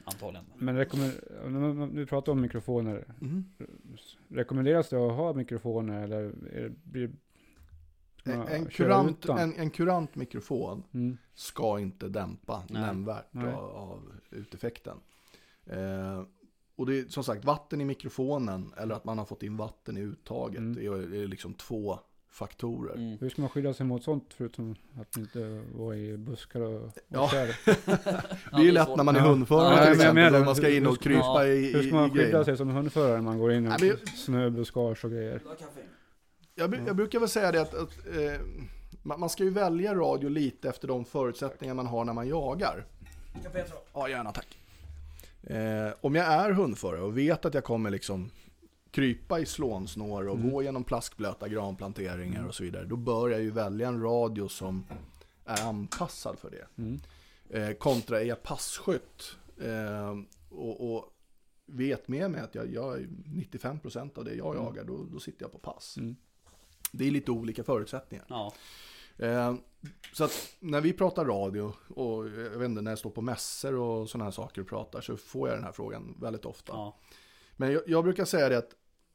antagligen. Men rekommend- nu pratar om mikrofoner. Mm. Rekommenderas det att ha mikrofoner eller är det, blir En, ja, en, köra kurant, utan? en, en kurant mikrofon Mm. ska inte dämpa Nej. nämnvärt Nej. av, av uteffekten. Eh, och det är som sagt vatten i mikrofonen eller att man har fått in vatten i uttaget. Mm. Det är, det är liksom två faktorer. Mm. Hur ska man skydda sig mot sånt förutom att inte vara i buskar och, och Ja. kärr? Det är ju lätt när man är Ja. hundförare Ja, till men jag exempel. menar, Då man ska in och hur- krypa ja. i, Hur i, ska man i skydda grejerna. sig som hundförare när man går in i Nej, men- snöbuskage och grejer? Jag, bru- jag brukar väl säga det att, att eh, man, man ska ju välja radio lite efter de förutsättningar man har när man jagar. Ja, gärna tack. Eh, om jag är hundförare och vet att jag kommer liksom krypa i slånsnår och Mm. gå genom plaskblöta granplanteringar och så vidare, då bör jag ju välja en radio som är anpassad för det. Mm. Eh, kontra är jag passkytt eh, och, och vet med mig att jag gör nittiofem procent av det jag jagar, då, då sitter jag på pass. Mm. Det är lite olika förutsättningar. Ja. Eh, så att när vi pratar radio och jag vet inte, när jag står på mässor och sådana här saker och pratar, så får jag den här frågan väldigt ofta. Ja. Men jag, jag brukar säga det att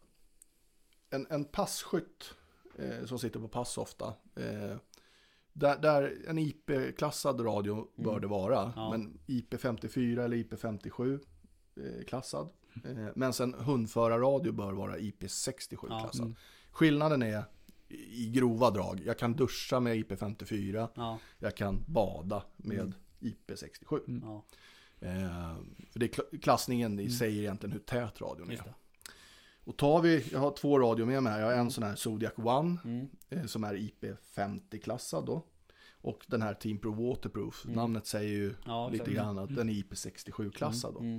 en, en passkytt eh, som sitter på pass ofta, eh, där, där en I P-klassad radio bör det vara, Ja. men I P femtiofyra eller I P femtiosju eh, klassad. Eh, men sen hundförarradio bör vara I P sextiosju Ja. klassad. Mm. Skillnaden är i grova drag. Jag kan duscha med I P femtiofyra. Ja. Jag kan bada med Mm. I P sextiosju. Mm. Ja. Eh, för det är kl- klassningen i säger egentligen hur tät radion Just är. det. Och tar vi, jag har två radio med mig här. Jag har en sån här Zodiac One Mm. eh, som är I P femtio-klassad då. Och den här Team Pro Waterproof. Mm. Namnet säger ju Ja, lite exakt. grann att den är I P sextiosju-klassad då. Mm.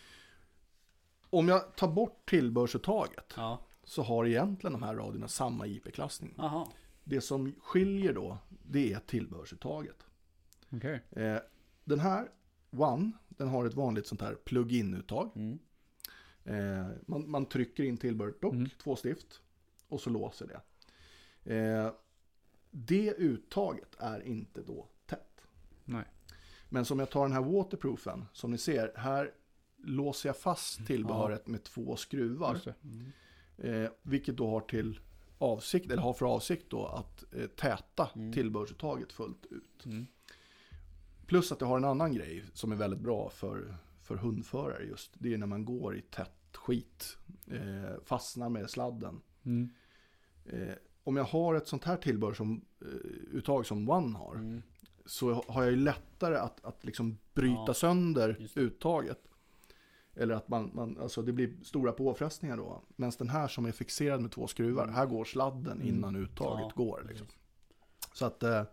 Om jag tar bort tillbörsuttaget Ja. så har egentligen de här radiorna samma I P-klassning. Aha. Det som skiljer då, det är tillbörsuttaget. Okej. Eh, den här One, den har ett vanligt sånt här plug-in-uttag. Mm. Eh, man, man trycker in tillbehöret dock, Mm. två stift, och så låser det. Eh, det uttaget är inte då tätt. Nej. Men som jag tar den här waterproofen, som ni ser, här låser jag fast tillbehöret med två skruvar. Just det. Eh, vilket då har till avsikt, eller har för avsikt då att eh, täta Mm. tillbehörsuttaget fullt ut. Mm. Plus att det har en annan grej som är väldigt bra för, för hundförare just. Det är när man går i tätt skit, eh, fastnar med sladden. Mm. Eh, om jag har ett sånt här tillbehör som eh, uttag som One har, Mm. så har jag ju lättare att, att liksom bryta Ja, sönder just det. uttaget. Eller att man, man, alltså det blir stora påfrestningar då. Men den här som är fixerad med två skruvar, Mm. här går sladden Mm. innan uttaget Ja, går. Liksom. precis. Så att eh,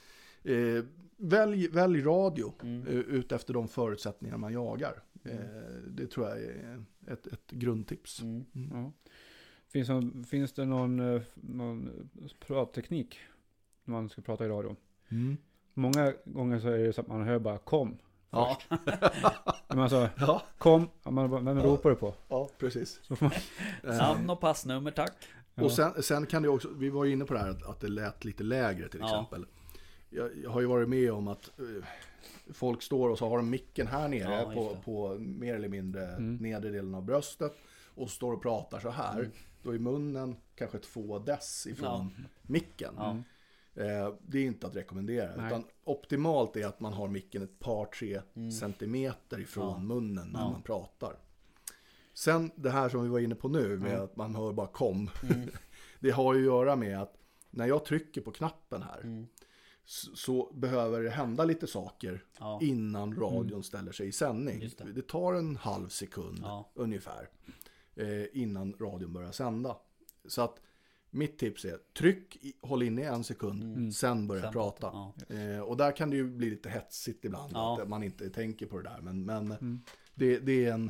eh, välj, välj radio Mm. eh, ut efter de förutsättningar man jagar. Mm. Eh, det tror jag är ett, ett grundtips. Mm. Mm. Ja. Finns, det- finns det någon, eh, någon pratteknik när man ska prata i radio? Mm. Många gånger så är det så att man hör bara kom. Ja. Men alltså, Ja, kom, ja, man, bara, vem Ja. ropar du på? ja, precis. Så får man, Eh, Namn och passnummer, tack. ja. Och sen, sen kan det också, vi var inne på det här att, att det lät lite lägre till Ja. exempel. Jag, jag har ju varit med om att eh, folk står och så har de micken här nere Ja, just på, det. på mer eller mindre Mm. nedre delen av bröstet och står och pratar så här. Mm. Då är munnen kanske två dess ifrån micken. Ja. Eh, det är inte att rekommendera. Nej. Utan optimalt är att man har micken ett par, tre Mm. centimeter ifrån Ja. munnen när Ja. man pratar. Sen det här som vi var inne på nu med Mm. att man hör bara kom. Mm. Det har ju att göra med att när jag trycker på knappen här Mm. så, så behöver det hända lite saker Ja. innan radion ställer sig i sändning. Just det. Det. tar en halv sekund Ja. ungefär eh, innan radion börjar sända. Så att mitt tips är tryck, i, håll inne i en sekund, Mm. sen börja Sen- prata. Ja. Eh, och där kan det ju bli lite hetsigt ibland, Ja. att man inte tänker på det där. Men, men Mm. det, det är en,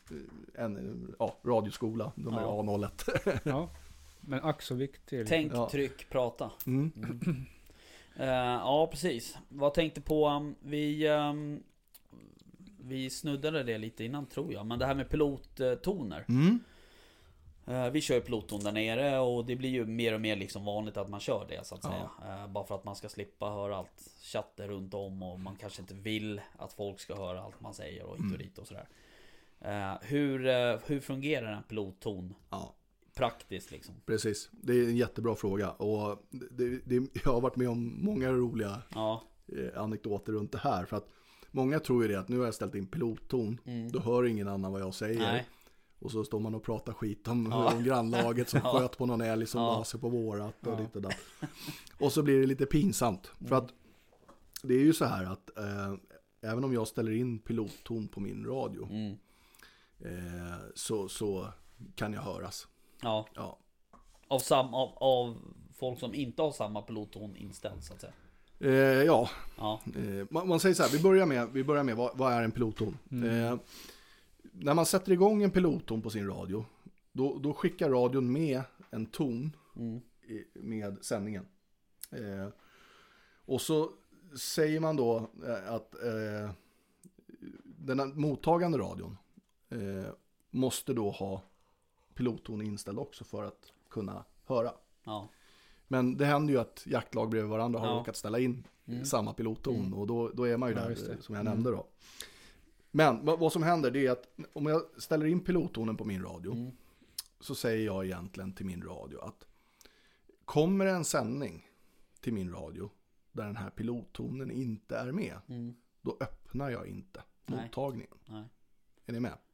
en ja, radioskola, nummer Ja. A noll ett. Ja, men ack så viktigt. Tänk, Ja. tryck, prata. Mm. Mm. Eh, ja, precis. Vad tänkte på, um, vi, um, vi snuddade det lite innan tror jag, men det här med pilottoner. Mm. Uh, vi kör pilotton där nere och det blir ju mer och mer liksom vanligt att man kör det så att Ja. säga. Uh, bara för att man ska slippa höra allt chatter runt om och man kanske inte vill att folk ska höra allt man säger och hit och dit och sådär. Uh, hur, uh, hur fungerar en pilotton? Ja. Praktiskt liksom. Precis, det är en jättebra fråga och det, det, jag har varit med om många roliga Ja. eh, anekdoter runt det här. För att många tror ju det att nu har jag ställt in pilotton, Mm. då hör ingen annan vad jag säger. Nej. Och så står man och pratar skit om, Ja. om grannlaget som Ja. sköt på någon älg som Ja. la sig på vårat och Ja. ditt och datt. Och så blir det lite pinsamt. Mm. För att det är ju så här att eh, även om jag ställer in pilotton på min radio Mm. eh, så, så kan jag höras. Ja. Ja. Av, sam, av, av folk som inte har samma pilotton inställd så att säga. Eh, ja, Ja. eh, man, man säger så här, vi börjar med, vi börjar med vad, vad är en pilotton? Mm. Eh, när man sätter igång en pilotton på sin radio, då, då skickar radion med en ton Mm. i, med sändningen. Eh, och så säger man då eh, att eh, den här mottagande radion eh, måste då ha pilotton inställd också för att kunna höra. Ja. Men det händer ju att jaktlag bredvid varandra har Ja. råkat ställa in Mm. samma pilotton Mm. och då, då är man ju Ja, där just det. eh, som jag Mm. nämnde då. Men vad, vad som händer det är att om jag ställer in pilottonen på min radio Mm. så säger jag egentligen till min radio att kommer det en sändning till min radio där den här pilottonen inte är med, Mm. då öppnar jag inte Nej. mottagningen. Nej. Är ni med?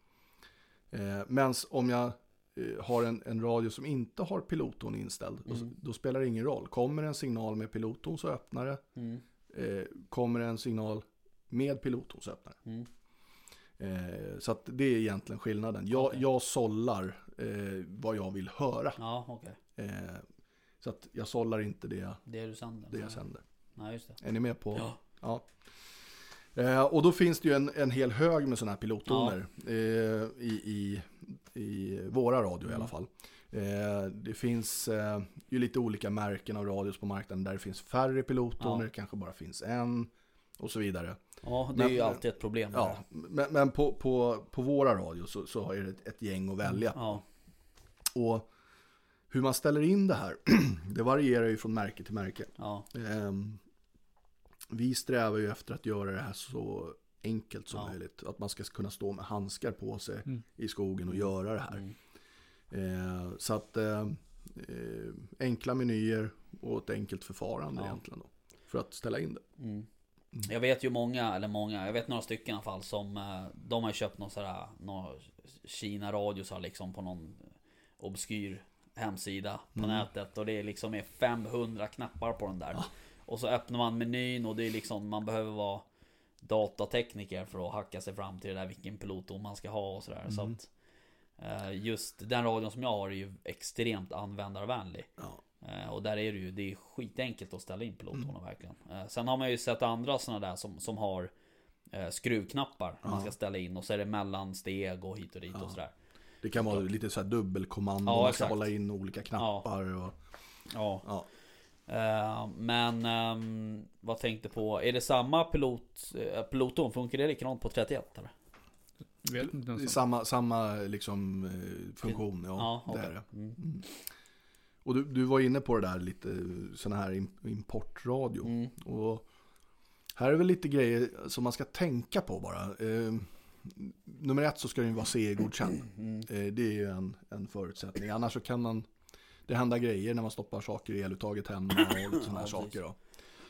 Eh, Men om jag eh, har en, en radio som inte har pilotton inställd, då, Mm. då spelar det ingen roll. Kommer en signal med pilotton så öppnar det. Mm. Eh, kommer en signal med pilotton så öppnar det. Mm. Eh, så att det är egentligen skillnaden. Jag, Okej. jag sållar eh, vad jag vill höra. Ja, okej. Eh, så att jag sållar inte det jag, Det är du sänder. det jag sänder. Nej, just det. Är ni med på? Ja. Ja. Eh, och då finns det ju en, en hel hög med sådana här pilottoner eh, i, i, i våra radio i alla fall. Eh, det finns eh, ju lite olika märken av radios på marknaden där det finns färre pilottoner, Ja. kanske bara finns en och så vidare. Ja, det är Men- ju alltid ett problem. Ja, men, men på, på, på våra radio så, så är det ett, ett gäng att välja. Ja. Och hur man ställer in det här, det varierar ju från märke till märke. Ja. Ehm, vi strävar ju efter att göra det här så enkelt som Ja. möjligt. Att man ska kunna stå med handskar på sig Mm. i skogen och göra det här. Mm. Ehm, så att eh, eh, enkla menyer och ett enkelt förfarande Ja. egentligen då, för att ställa in det. Mm. Jag vet ju många, eller många, jag vet några stycken i alla fall som eh, de har ju köpt någon sådär, någon Kina-radiosar liksom på någon obskyr hemsida på Mm. nätet och det är liksom är femhundra knappar på den där. Och så öppnar man menyn och det är liksom, man behöver vara datatekniker för att hacka sig fram till det där vilken pilotton man ska ha och sådär. Mm. Så att eh, just den radion som jag har är ju extremt användarvänlig. Ja. Eh, Och där är det ju, det är skitenkelt att ställa in pilottoner Mm. verkligen. Eh, Sen har man ju sett andra sådana där som, som har eh, skruvknappar Ja. man ska ställa in och så är det mellansteg och hit och dit Ja. och sådär. Det kan vara lite så här dubbelkommando, Ja, man ska exakt. hålla in olika knappar. Och, Ja. ja. Eh, Men ehm, vad tänkte på, är det samma pilot, eh, pilotton, funkar det likadant på trettioett eller? Vet inte Det är ens. samma, samma liksom, eh, funktion, ja, Ja, det okej. är det. Mm. Mm. Och du, du var inne på det där lite, sån här im- importradio. Mm. Och här är väl lite grejer som man ska tänka på bara. Eh, nummer ett så ska den ju vara C E-godkänd. Mm. Eh, det är ju en, en förutsättning. Annars så kan man, det hända grejer när man stoppar saker i eluttaget hemma och lite sådana här Ja, saker då.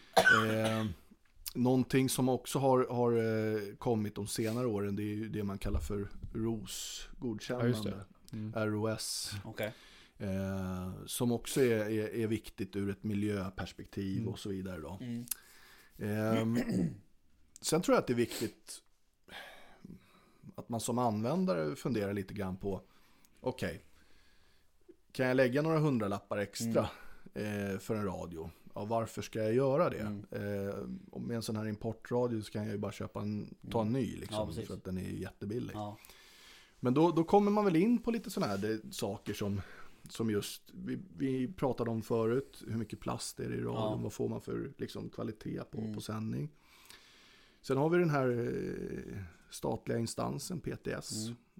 Eh, någonting som också har, har eh, kommit de senare åren, det är ju det man kallar för R O Ja, just S-godkännande. det. Mm. R O S. Okej. Eh, som också är, är, är viktigt ur ett miljöperspektiv Mm. och så vidare då. Mm. Ehm, sen tror jag att det är viktigt att man som användare funderar lite grann på, okej, kan jag lägga några hundralappar extra eh, för en radio? Ja, varför ska jag göra det? Mm. Eh, och med en sån här importradio så kan jag ju bara köpa en, ta en ny Ja, liksom, precis. för att den är ju jättebillig. Ja. Men då, då kommer man väl in på lite sådana här det, saker som, som just vi, vi pratade om förut. Hur mycket plast är det i radion? Ja. Vad får man för liksom, kvalitet på, Mm. på sändning? Sen har vi den här eh, statliga instansen P T S. Mm.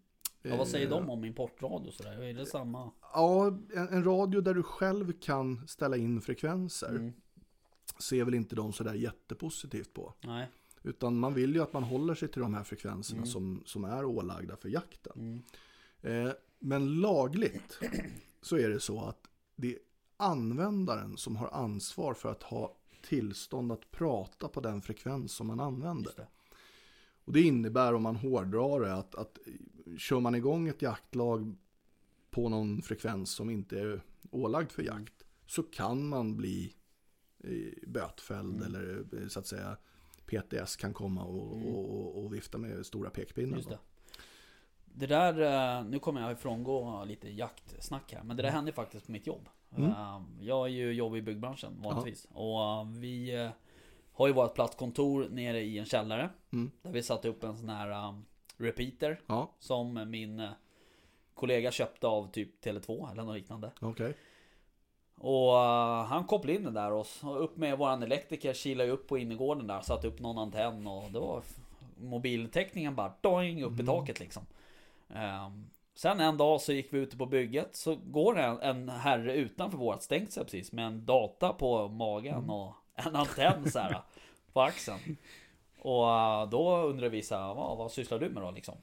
Ja, vad säger de om importradio och sådär? Är det samma? Ja, en, en radio där du själv kan ställa in frekvenser Mm. ser väl inte de sådär jättepositivt på. Nej. Utan man vill ju att man håller sig till de här frekvenserna Mm. som, som är ålagda för jakten. Mm. Eh, men lagligt så är det så att det är användaren som har ansvar för att ha tillstånd att prata på den frekvens som man använder. Just det. Och det innebär, om man hårdrar det, att, att kör man igång ett jaktlag på någon frekvens som inte är ålagd för jakt, så kan man bli eh, bötfälld Mm. eller eh, så att säga P T S kan komma och, Mm. och, och, och vifta med stora pekpinnar. Just det. Det där, eh, nu kommer jag ifrångå lite jaktsnack här, men det där händer faktiskt på mitt jobb. Mm. Eh, Jag är ju jobb i byggbranschen vanligtvis. Och eh, vi eh, har ju vårt platskontor nere i en källare. Mm. Där vi satte upp en sån här um, repeater. Ja, Som min eh, kollega köpte av typ Tele två eller något liknande. okej. Och uh, han kopplade in den där och så upp med våran elektriker, kilade upp på innergården där, satte upp någon antenn och det var f- mobiltäckningen bara doing upp i taket liksom. Um, sen en dag så gick vi ute på bygget, så går det en, en herre utanför vårt stängsel precis med en data på magen och en antenn så här på axeln. Och uh, då undrar vi så här, vad, vad sysslar du med då liksom?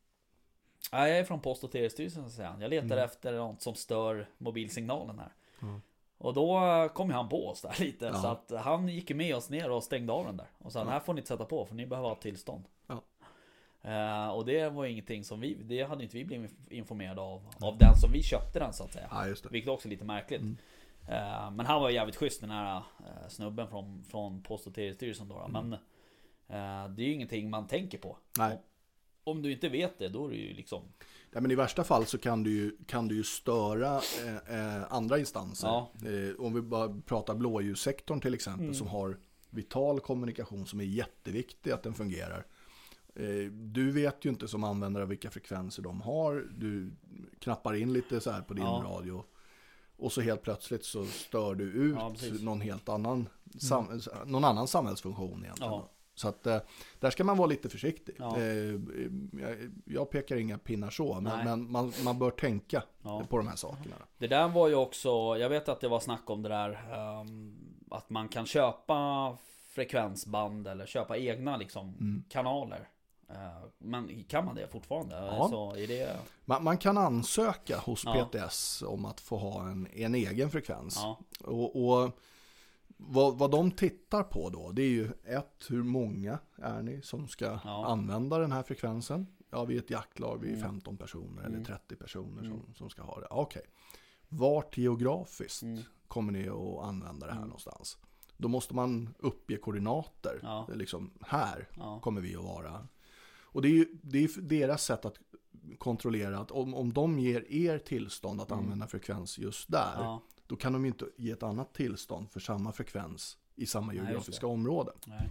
Ja, jag är från Post- och telestyrelsen, säger han. Jag letar Mm. efter något som stör mobilsignalen här. Ja. Och då kom ju han på oss där lite. Ja. Så att han gick ju med oss ner och stängde av den där. Och sa, Ja. den här får ni inte sätta på för ni behöver ha ett tillstånd. Ja. Eh, och det var ingenting som vi, det hade inte vi blivit informerade av. Av den som vi köpte den så att säga. Ja, just det. Vilket också är lite märkligt. Mm. Eh, men han var jävligt schysst, den här eh, snubben från, från Post- och telestyrelsen då. då. Mm. Men eh, det är ju ingenting man tänker på. Nej. Om du inte vet det, då är det ju liksom... Ja, men i värsta fall så kan du ju, kan du ju störa eh, eh, andra instanser. Ja. Eh, om vi bara pratar blåljussektorn till exempel, Mm. som har vital kommunikation som är jätteviktig att den fungerar. Eh, du vet ju inte som användare vilka frekvenser de har. Du knappar in lite så här på din Ja. radio. Och så helt plötsligt så stör du ut Ja, precis. någon helt annan, sam, någon annan samhällsfunktion egentligen. Ja. Så att eh, där ska man vara lite försiktig. Ja. Eh, jag, jag pekar inga pinnar så, men, Nej. men man, man bör tänka Ja. på de här sakerna. Det där var ju också, jag vet att det var snack om det där um, att man kan köpa frekvensband eller köpa egna liksom Mm. kanaler. Uh, men kan man det fortfarande? Ja. Så är det... Man, man kan ansöka hos Ja. P T S om att få ha en, en egen frekvens. Ja. Och, och vad, vad de tittar på då, det är ju ett, hur många är ni som ska Ja. använda den här frekvensen? Ja, vi är ett jaktlag, vi är Mm. femton personer eller Mm. trettio personer Mm. som, som ska ha det. Okej. Vart geografiskt Mm. kommer ni att använda det här Mm. någonstans? Då måste man uppge koordinater. Ja. Det är liksom, här Ja. kommer vi att vara. Och det är ju det är deras sätt att kontrollera att om, om de ger er tillstånd att Mm. använda frekvens just där, Ja. då kan de ju inte ge ett annat tillstånd för samma frekvens i samma Nej, just geografiska det. område. Nej.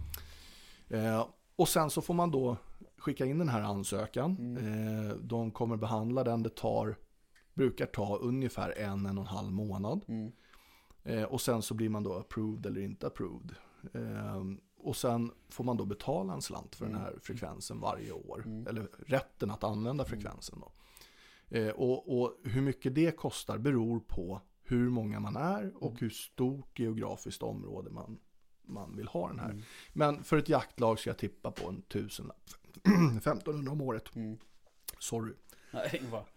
Eh, och sen så får man då skicka in den här ansökan. Mm. Eh, de kommer behandla den. Det tar, brukar ta ungefär en, en och en halv månad. Mm. Eh, och sen så blir man då approved eller inte approved. Eh, och sen får man då betala en slant för Mm. den här frekvensen varje år. Mm. Eller rätten att använda frekvensen då. Eh, och, och hur mycket det kostar beror på hur många man är och Mm. hur stort geografiskt område man, man vill ha den här. Mm. Men för ett jaktlag ska jag tippa på en tusen, femtonhundra om året. Mm. Sorry. Nej, ingen fara.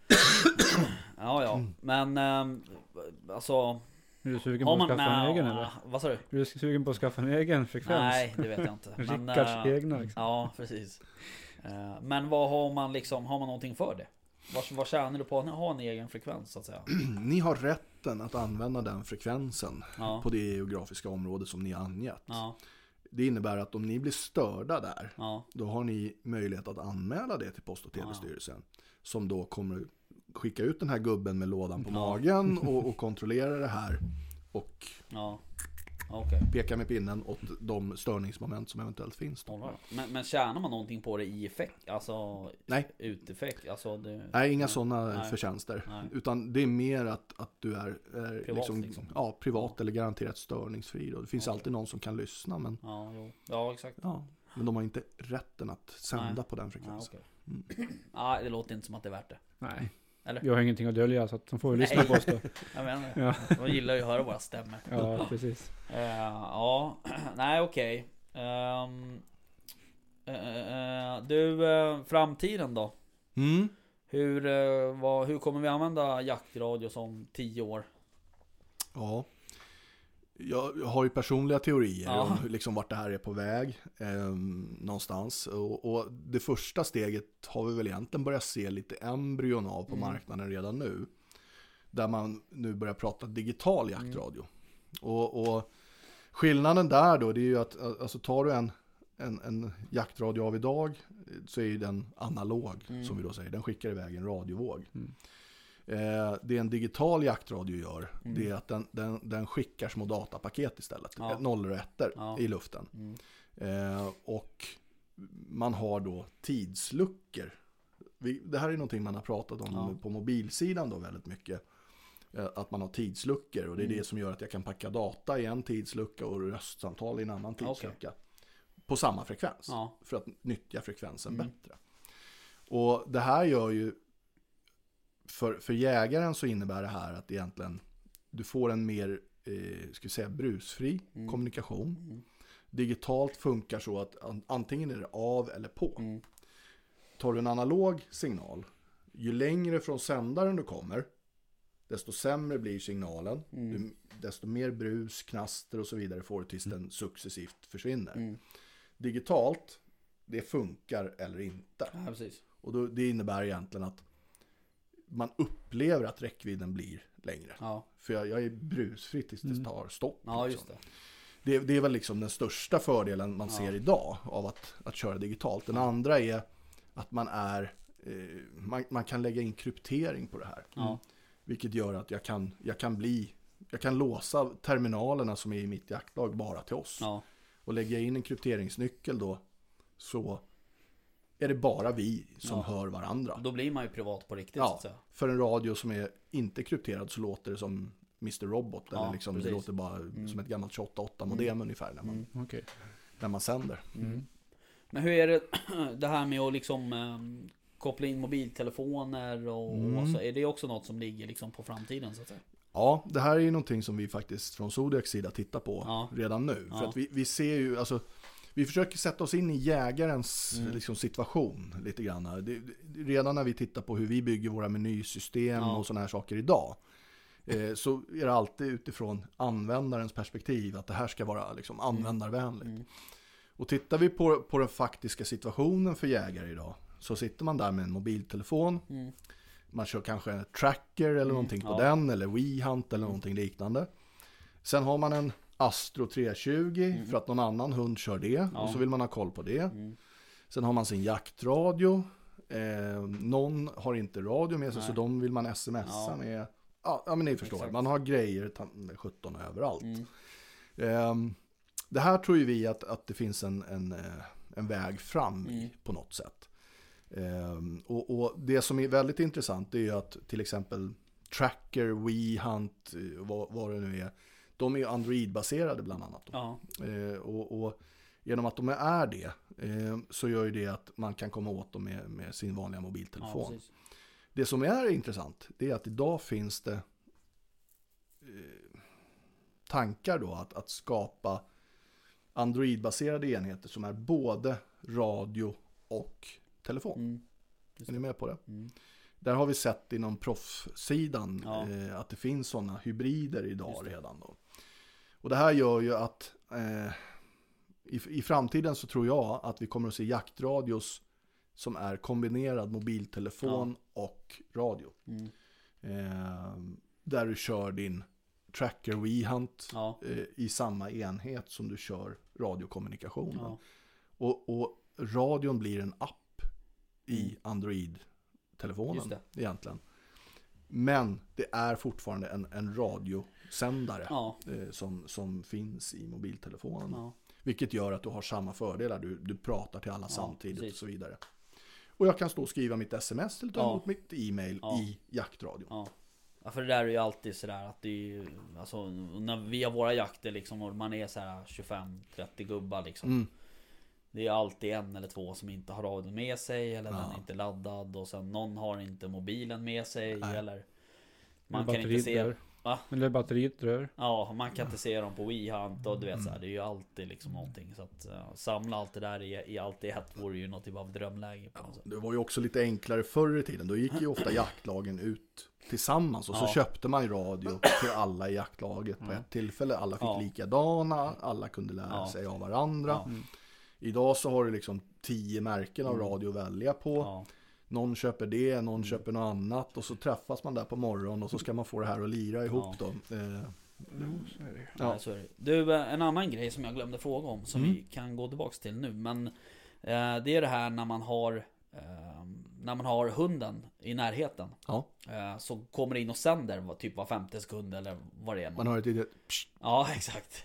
Ja, ja. Men ähm, alltså... Är du sugen Har på att man skaffa en med... egen eller? Vad sa du? Är du sugen på att skaffa en egen frekvens? Nej, det vet jag inte. Men, Rickards äh, egna liksom. Ja, precis. Eh, Men vad har man liksom, har man någonting för det? Vad, vad tjänar du på att ha en egen frekvens så att säga? Ni har rätten att använda den frekvensen Ja, på det geografiska område som ni har angett. ja, Det innebär att om ni blir störda där, ja, då har ni möjlighet att anmäla det till Post- och telestyrelsen. Som då kommer skicka ut den här gubben med lådan på Ja. magen och, och kontrollera det här. Och ja. Okej. peka med pinnen åt de störningsmoment som eventuellt finns. Då. All right. Men, men tjänar man någonting på det i effekt? Alltså Nej. uteffekt? Alltså det... Nej, inga sådana Nej. förtjänster. Nej. Utan det är mer att, att du är, är Privat, liksom, liksom. Ja, privat eller garanterat störningsfri. Då. Det finns Okej. alltid någon som kan lyssna, men, Ja, jo. Ja, exakt. ja, men de har inte rätten att sända Nej. på den Ja, frekvensen. okej. Mm. Ja, det låter inte som att det är värt det. Nej. Eller? Vi har ingenting att dölja så att de får ju Nej. lyssna på oss då. Jag menar Ja. de gillar ju att höra våra stämmor. Ja, precis. Uh, ja, nej okej. Okay. Um, uh, uh, du, uh, framtiden då? Mm. Hur, uh, vad, hur kommer vi använda jaktradio som tio år? Ja, jag har ju personliga teorier Ja. om liksom vart det här är på väg eh, någonstans. Och, och det första steget har vi väl egentligen börjat se lite embryon av på Mm. marknaden redan nu. Där man nu börjar prata digital jaktradio. Mm. Och, och skillnaden där då, det är ju att alltså, tar du en, en, en jaktradio av idag så är ju den analog, Mm. som vi då säger. Den skickar iväg en radiovåg. Mm. Eh, det en digital jaktradio gör, Mm. det är att den, den, den skickar små datapaket istället. Ja. Nollor och ettor Ja. i luften. Mm. Eh, och man har då tidsluckor. Vi, det här är någonting man har pratat om Ja. på mobilsidan då väldigt mycket. Eh, att man har tidsluckor och det är Mm. det som gör att jag kan packa data i en tidslucka och röstsamtal i en annan tidslucka. Okay. På samma frekvens. Ja. För att nyttja frekvensen Mm. bättre. Och det här gör ju För, för jägaren så innebär det här att egentligen du får en mer eh, ska vi säga, brusfri Mm. kommunikation. Mm. Digitalt funkar så att an, antingen är det av eller på. Mm. Tar du en analog signal, ju längre från sändaren du kommer, desto sämre blir signalen. Mm. Du, desto mer brus, knaster och så vidare får du tills den successivt försvinner. Mm. Digitalt, det funkar eller inte. Ja, precis. Och då, det innebär egentligen att man upplever att räckvidden blir längre. Ja, För jag, jag är brusfri tills det tar stopp. ja liksom. just det. Det, det är väl liksom den största fördelen man Ja. ser idag av att, att köra digitalt. Den andra är att man är eh, man, man kan lägga in kryptering på det här. Ja. Vilket gör att jag kan, jag kan bli jag kan låsa terminalerna som är i mitt jaktlag bara till oss. Ja. Och lägger jag in en krypteringsnyckel då, så är det bara vi som Ja. hör varandra. Då blir man ju privat på riktigt så Ja, att säga. för en radio som är inte krypterad så låter det som mister Robot. Ja, eller liksom, det precis. låter bara Mm. som ett gammalt tjugoåtta åtta modem Mm. ungefär när man, Mm. Okej. när man sänder. Mm. Men hur är det det här med att liksom um, koppla in mobiltelefoner och, Mm. och så, är det också något som ligger liksom på framtiden så att säga? Ja, det här är ju någonting som vi faktiskt från Zodiacs sida tittar på Ja. redan nu. För Ja. att vi, vi ser ju, alltså, vi försöker sätta oss in i jägarens Mm. liksom, situation lite grann. Det, det, redan när vi tittar på hur vi bygger våra menysystem Ja. och sådana här saker idag, eh, så är det alltid utifrån användarens perspektiv att det här ska vara liksom, användarvänligt. Mm. Och tittar vi på, på den faktiska situationen för jägare idag, så sitter man där med en mobiltelefon. Mm. Man Man kör kanske en tracker eller Mm, någonting på ja. den, eller WeHunt eller någonting liknande. Sen har man en Astro tre tjugo Mm. för att någon annan hund kör det, Ja. och så vill man ha koll på det. Mm. Sen har man sin jaktradio. Eh, någon har inte radio med sig, Nej. så de vill man smsa Ja. med. Ja, ja, men ni förstår. Exakt. Man har grejer ta- sjutton överallt. Mm. Eh, det här tror ju vi att, att det finns en, en, eh, en väg fram i Mm. på något sätt. Um, och, och det som är väldigt intressant är ju att till exempel Tracker, WeHunt, eh, vad, vad det nu är, de är ju Android-baserade bland annat. Då. Ja. Eh, och, och genom att de är det eh, så gör ju det att man kan komma åt dem med, med sin vanliga Ja, mobiltelefon. precis. Det som är intressant, det är att idag finns det eh, tankar då att, att skapa Android-baserade enheter som är både radio och telefon. Mm. Är ni med på det? Mm. Där har vi sett inom proffsidan Ja. eh, att det finns sådana hybrider idag Just det. redan då. Och det här gör ju att eh, i, i framtiden så tror jag att vi kommer att se jaktradios som är kombinerad mobiltelefon och radio. Mm. Eh, där du kör din tracker WeHunt Ja. eh, i samma enhet som du kör radiokommunikation. Ja. Och, och radion blir en app i Mm. Android-telefonen Just det. egentligen. Men det är fortfarande en, en radiosändare Ja. eh, som, som finns i mobiltelefonen. Ja. Vilket gör att du har samma fördelar. Du, du pratar till alla Ja, samtidigt precis. och så vidare. Och jag kan stå och skriva mitt sms eller ta Ja. emot mitt e-mail Ja. i jaktradion. Ja. Ja, för det där är ju alltid sådär att det är ju, alltså när vi har våra jakter liksom och man är så här tjugofem trettio gubbar liksom. Mm. Det är alltid en eller två som inte har radion med sig. Eller Ja. den är inte laddad. Och sen någon har inte mobilen med sig. Nej. Eller man Eller kan inte se... batteriet Va? Eller batteriet drar. Ja, man kan inte se dem på WeHunt. Och du vet så här, det är ju alltid liksom någonting. Så att uh, samla allt det där i, i allt i ett vore ju något typ av drömläge på något sätt. Det var ju också lite enklare förr i tiden. Då gick ju ofta jaktlagen ut tillsammans. Och så Ja. köpte man ju radio till alla i jaktlaget på ett tillfälle. Alla fick Ja. likadana. Alla kunde lära Ja. sig av varandra. Ja. Idag så har du liksom tio märken av Mm. radio att välja på. Ja. Någon köper det, någon köper något annat. Och så träffas man där på morgonen. Och så ska man få det här att lira ihop Ja. då. Eh, Jo, så är det. Ja. Ja, så är det. Du, eh, en annan grej som jag glömde fråga om. Som Mm. vi kan gå tillbaks till nu. Men eh, det är det här när man har eh, när man har hunden i närheten. ja, Eh, så kommer det in och sänder vad- typ var femte sekund eller vad det är. man har ett litet pst. Ja, exakt.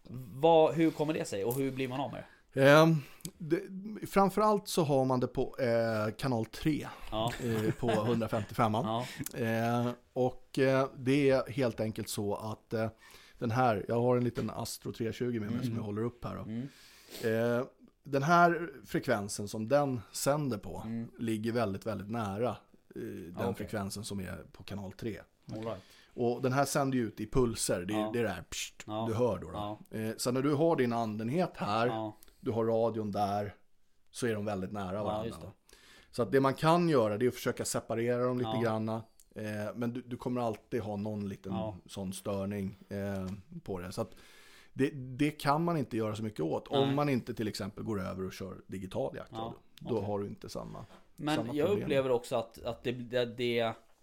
Vad, hur kommer det sig och hur blir man av med det? Eh, det, framförallt så har man det på eh, kanal tre Ja, eh, på hundrafemtiofem. ja, Eh, och eh, det är helt enkelt så att eh, den här, jag har en liten Astro tre tjugo med mig Mm. som jag håller upp här då. mm, Eh, den här frekvensen som den sänder på mm, ligger väldigt, väldigt nära eh, den okej. frekvensen som är på kanal tre. all right. Och den här sänder ju ut i pulser, det är, Ja. det är det här pst, Ja. du hör då. då. Ja, Eh, så när du har din andenhet här, ja, du har radion där, så är de väldigt nära ja, varandra. just det. Så att det man kan göra det är att försöka separera dem lite Ja. granna. Eh, men du, du kommer alltid ha någon liten Ja. sån störning eh, på det. Så att det, det kan man inte göra så mycket åt. Nej. Om man inte till exempel går över och kör digital jaktradio. Ja, Då okej. har du inte samma. Men Samma jag problem. upplever också att, att det, det, det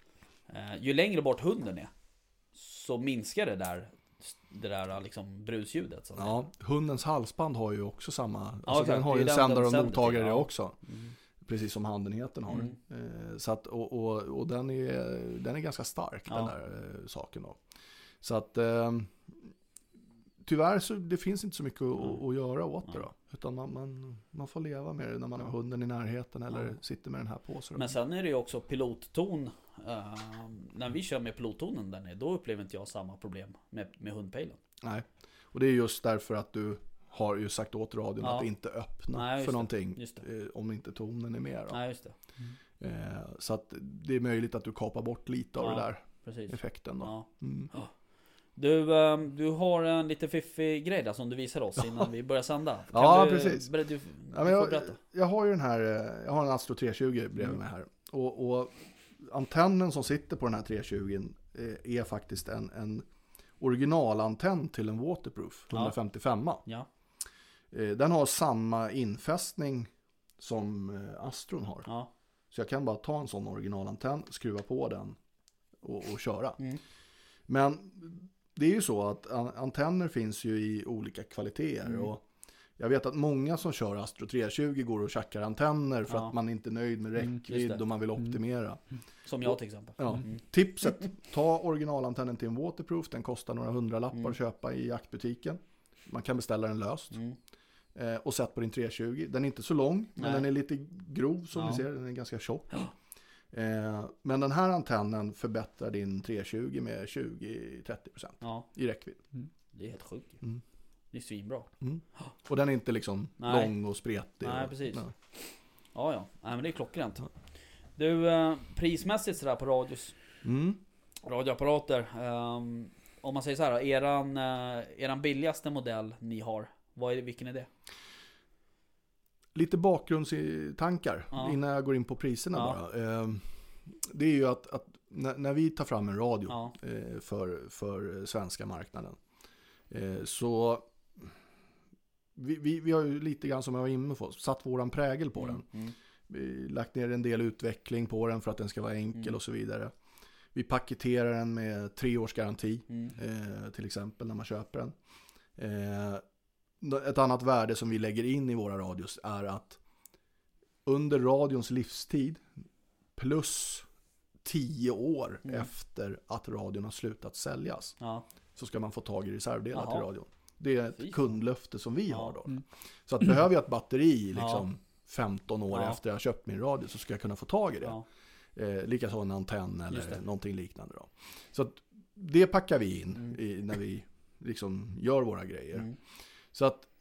eh, ju längre bort hunden är, så minskar det där det där liksom brusljudet så att säga. Ja, hundens halsband har ju också samma. Alltså exakt. den har Det ju är den sändare den och sänder mottagare till, det ja. också. Mm. Precis som handenheten har. Mm. Eh, så att, och, och, och den, är, den är ganska stark Ja. den där eh, saken då. Så att eh, tyvärr så det finns inte så mycket att, Mm. att göra åt det Ja. då. Utan man, man, man får leva med det när man har hunden i närheten eller Ja. sitter med den här på sig. då. Men sen är det ju också pilotton. Eh, när vi kör med pilottonen där nere, då upplever inte jag samma problem med, med hundpejlen. Nej. Och det är just därför att du har ju sagt åt radion Ja. att inte öppna Nej, just för det. någonting Just det. eh, om inte tonen är med. Då. Nej, just det. Eh, så att det är möjligt att du kapar bort lite av Ja. det där Precis. effekten då. Ja. Mm. Du, eh, du har en lite fiffig grej där som du visar oss innan vi börjar sända. Kan Ja, du, precis. ber- Du, Ja, du men får jag, berätta. jag har ju den här, eh, jag har en Astro tre tjugo bredvid Mm. mig här. Och, och antennen som sitter på den här tre tjugo eh, är faktiskt en, en originalantenn till en Waterproof Ja. hundrafemtiofem. Ja, Eh, den har samma infästning som eh, Astron har. ja. Så jag kan bara ta en sån originalantenn, skruva på den och, och köra. Mm. Men det är ju så att an- antenner finns ju i olika kvaliteter. Mm. Och jag vet att många som kör Astro tre tjugo går och tjackar antenner för Ja. att man inte är nöjd med Mm, just räckvidd det. och man vill optimera. Som jag till exempel. Ja. Mm. Tipset, ta originalantennen till en Waterproof. Den kostar några hundralappar Mm. att köpa i jaktbutiken. Man kan beställa den löst. Mm. Eh, och sätt på din tre tjugo. Den är inte så lång, men Nej. den är lite grov som Ja. ni ser. Den är ganska tjock. Eh, men den här antennen förbättrar din tre tjugo med tjugo till trettio procent Ja, i räckvidd. det är helt sjukt ju. Mm. Det är svinbra. Och den är inte liksom Nej. lång och spretig. Nej, och, precis. nej. Ja, ja. Nej, men det är klockrent. Du, eh, prismässigt sådär på radios, Mm. radioapparater. ehm, om man säger så här, eran, eh, eran billigaste modell ni har, vad är det, vilken är det? Lite bakgrundstankar Ja. innan jag går in på priserna Ja. bara. Eh, det är ju att, att när, när vi tar fram en radio Ja, eh, för, för svenska marknaden eh, så vi, vi, vi har ju lite grann som jag var inne på satt våran prägel på den. mm. Vi har lagt ner en del utveckling på den för att den ska vara enkel Mm. och så vidare. Vi paketerar den med tre års garanti Mm. eh, till exempel när man köper den. Eh, ett annat värde som vi lägger in i våra radios är att under radions livstid plus tio år Mm. efter att radion har slutat säljas Ja, så ska man få tag i reservdelar Jaha. till radion. Det är Fy fan. ett kundlöfte som vi Ja. har då. Mm. Så att behöver jag ett batteri Ja. liksom femton år Ja. efter jag har köpt min radio så ska jag kunna få tag i det. ja, Eh, Likaså en antenn Just det. eller någonting liknande då. Så att det packar vi in Mm. i, när vi liksom gör våra grejer. mm. Så att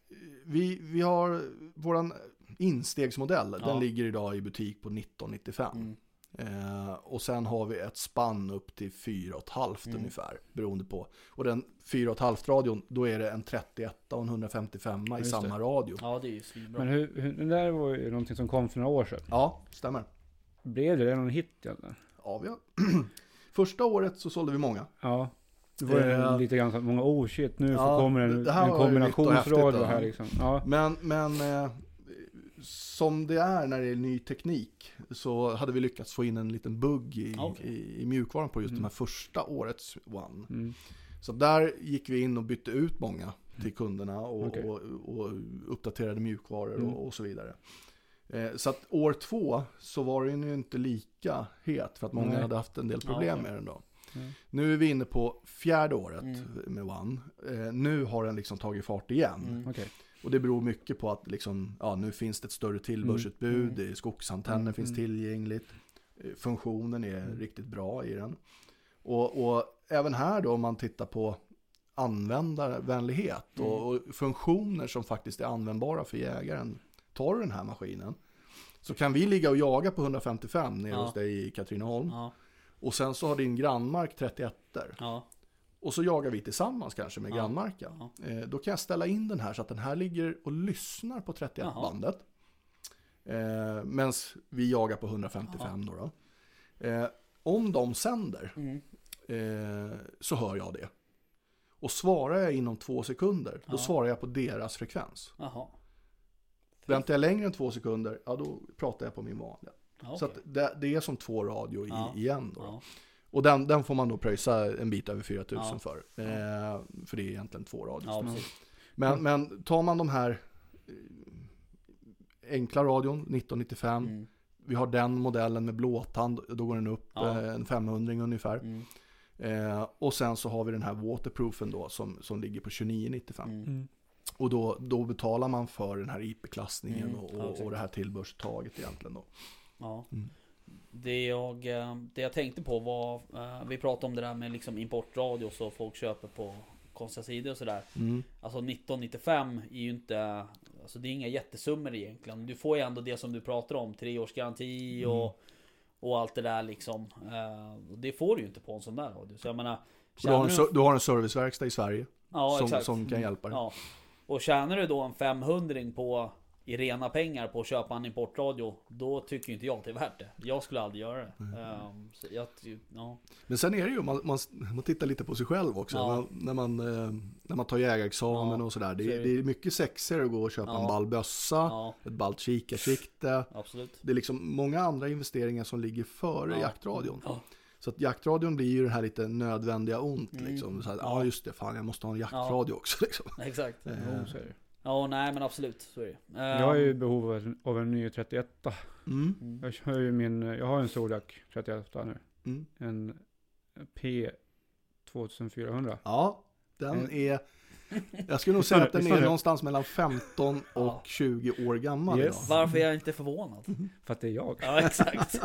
vi, vi har våran instegsmodell. Ja. Den ligger idag i butik på nitton nittiofem. Mm. Eh, och sen har vi ett spann upp till fyra komma fem Mm. ungefär, beroende på. Och den fyra komma fem radion, då är det en trettioett och en hundrafemtiofem i Just samma det. radio. Ja, det är ju svinbra. Men hur, hur, det där var ju någonting som kom för några år sedan. Ja, stämmer. Blev det någon hit eller? Ja, vi har... Första året så sålde vi många. Ja. Det var ju Eh, lite grann så att många, oh shit, nu ja, kommer en, det här en var ju nytt och häftigt kombinationsradio då. här liksom. Ja. Men, men eh, som det är när det är ny teknik så hade vi lyckats få in en liten bugg i, Okay. i, i mjukvaran på just Mm. de här första årets One. Mm. Så där gick vi in och bytte ut många till kunderna och, Okej. och, och uppdaterade mjukvaror Mm. och, och så vidare. Eh, så att år två så var den ju inte lika het för att många Nej. hade haft en del problem Ja. med den då. Mm. Nu är vi inne på fjärde året Mm. med One. Eh, nu har den liksom tagit fart igen. Mm. Okej. Och det beror mycket på att liksom, ja, nu finns det ett större tillbehörsutbud, Mm. skogsantenner Mm. finns Mm. tillgängligt, Eh, funktionen är Mm. riktigt bra i den. Och, och även här då om man tittar på användarvänlighet Mm. och, och funktioner som faktiskt är användbara för jägaren, tar du den här maskinen så kan vi ligga och jaga på hundrafemtiofem nere Ja. hos dig i Katrineholm Ja, och sen så har din grannmark trettioett ja, och så jagar vi tillsammans kanske med Ja. grannmarken. ja. Eh, då kan jag ställa in den här så att den här ligger och lyssnar på trettioett-bandet. Eh, Medan vi jagar på hundrafemtiofem då. då. Eh, om de sänder Mm. eh, så hör jag det. Och svarar jag inom två sekunder, då Ja. svarar jag på deras frekvens. Jaha. Väntar jag längre än två sekunder, ja då pratar jag på min vanliga. Ja, Så okej. att det, det är som två radio i, Ja. igen då. Ja. Och den, den får man då pröjsa en bit över fyra tusen Ja. för. Eh, för det är egentligen två radios. Ja, precis. Men, men tar man de här eh, enkla radion, nitton nittiofem, Mm. vi har den modellen med blåtand, då går den upp Ja. eh, en femhundring ungefär. Mm. Eh, och sen så har vi den här waterproofen då som, som ligger på tjugonio nittiofem. Mm. Mm. Och då, då betalar man för den här I P-klassningen Mm. och, Ja, och, exakt. och det här tillbehörstaget egentligen då. Ja. Mm. Det, jag, eh, det jag tänkte på var, eh, vi pratade om det där med liksom importradio så folk köper på konstiga sidor och sådär. Mm. Alltså nitton nittiofem är ju inte, alltså det är inga jättesummor egentligen. Du får ju ändå det som du pratar om, tre års garanti och, Mm. och allt det där liksom. Eh, det får du ju inte på en sån där radio. Så jag menar, Du har, en, tjänar ser- du har en serviceverkstad i Sverige ja, som, exakt. som kan hjälpa dig. Ja. Och tjänar du då en femhundring på i rena pengar på att köpa en importradio, då tycker ju inte jag att det är värt det. Jag skulle aldrig göra det. Um, så jag, ja. Men sen är det ju, man, man, man tittar lite på sig själv också. Ja. Man, när, man, eh, när man tar jägarexamen Ja, och sådär. Det, så är är- det. det är mycket sexigare att gå och köpa Ja. en ball bössa, Ja, ett ballt kikarsikte. absolut. Det är liksom många andra investeringar som ligger före Ja. jaktradion. Ja. Så att jaktradion blir ju det här lite nödvändiga ont. Mm. Liksom. Så här, Ja. ja just det, fan jag måste ha en jaktradio också. Liksom. Exakt. Eh, Jo, så är det. Ja, nej men absolut, så är det. Jag har ju behov av, av en ny trettioett. Mm. Mm. Jag kör ju min, jag har en Zodiac trettioett nu. Mm. En P tvåtusenfyrahundra. Ja, den Mm. är... Jag skulle nog säga att den Visst var är det? någonstans mellan femton och Ja. tjugo år gammal Yes. idag. Varför är jag inte förvånad? För att det är jag. Ja, exakt.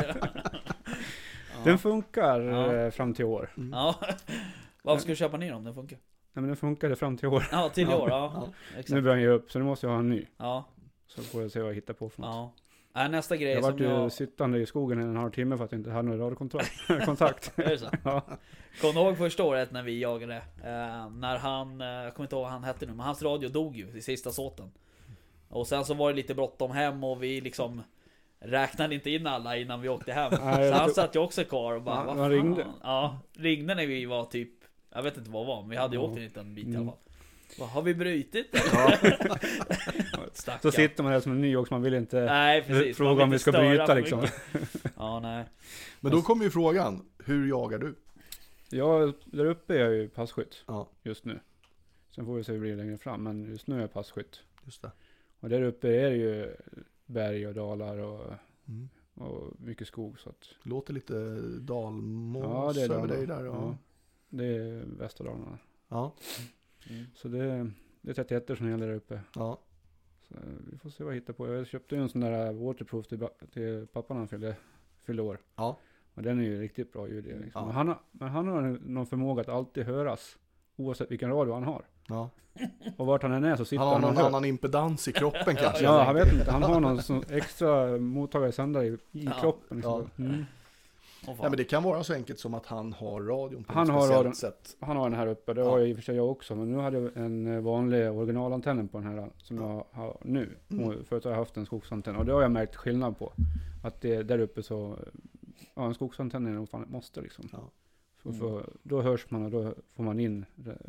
Den Ja. funkar Ja. eh, fram till år. Mm. Ja. Varför ska du köpa en ny om den funkar? Nej men den funkade fram till år. Ja, till i Ja. år, ja. Ja. Nu Exakt. börjar jag upp så nu måste jag ha en ny. Ja, Så får jag se vad jag hittar på för något. ja. Nej, nästa grej Jag som vart ju jag... sittande i skogen i en halv timme för att jag inte hade någon radiokontakt. kontakt. Är det så? Ja. Kommer du ihåg första året när vi jagade? Eh, när han, eh, jag kommer inte ihåg vad han hette nu, men hans radio dog ju i sista såten. Och sen så var det lite bråttom hem och vi liksom räknade inte in alla innan vi åkte hem. Nej, Så han det- satt ju också kvar och bara, Ja, vad han fan? ringde. Ja, ringde när vi var typ, jag vet inte vad det var, men vi hade ju Ja. åkt en liten bit i Mm. alla fall. Vad, har vi brutit det? Stackarn. Så sitter man där som en ny också, man vill inte Nej, precis. fråga Man vill om vi inte ska störa bryta för liksom. mycket. Ja, nej. Men då kommer ju frågan, hur jagar du? Ja, där uppe är jag ju passkytt Ja, just nu. Sen får vi se hur det blir längre fram, men just nu är jag passkytt. just det. Och där uppe är det ju berg och dalar och, Mm. och mycket skog. Så att, Låter lite dalmås ja, det är över Dalarna. dig där. Ja. Ja, det är västra Dalarna. Ja. Mm. Så det, det är trettioett som gäller där uppe. Ja. Så vi får se vad jag hittar på. Jag köpte ju en sån där waterproof till, ba- till pappa när han fyllde, fyllde år. Ja. Och den är ju riktigt bra ljud i liksom. Ja. Men, han har, men han har någon förmåga att alltid höras oavsett vilken radio han har. Ja. Och vart han än är så sitter Han har han, någon och hör. annan impedans i kroppen kanske. Ja, han vet inte. Han har någon sån extra mottagare sändare i, i Ja. kroppen. Liksom. Ja. Mm. Åh, fan. Ja, men det kan vara så enkelt som att han har radion på Han ett har speciellt radion. sätt. Han har den här uppe, det Ja. har jag i och för sig jag också. Men nu hade jag en vanlig originalantennen på den här som jag har nu. Mm. Och förut har jag haft en skogsantenn. Och det har jag märkt skillnad på. Att det där uppe så, ja, en skogsantenn är nog fan ett måste liksom. Ja. För, för, då hörs man och då får man in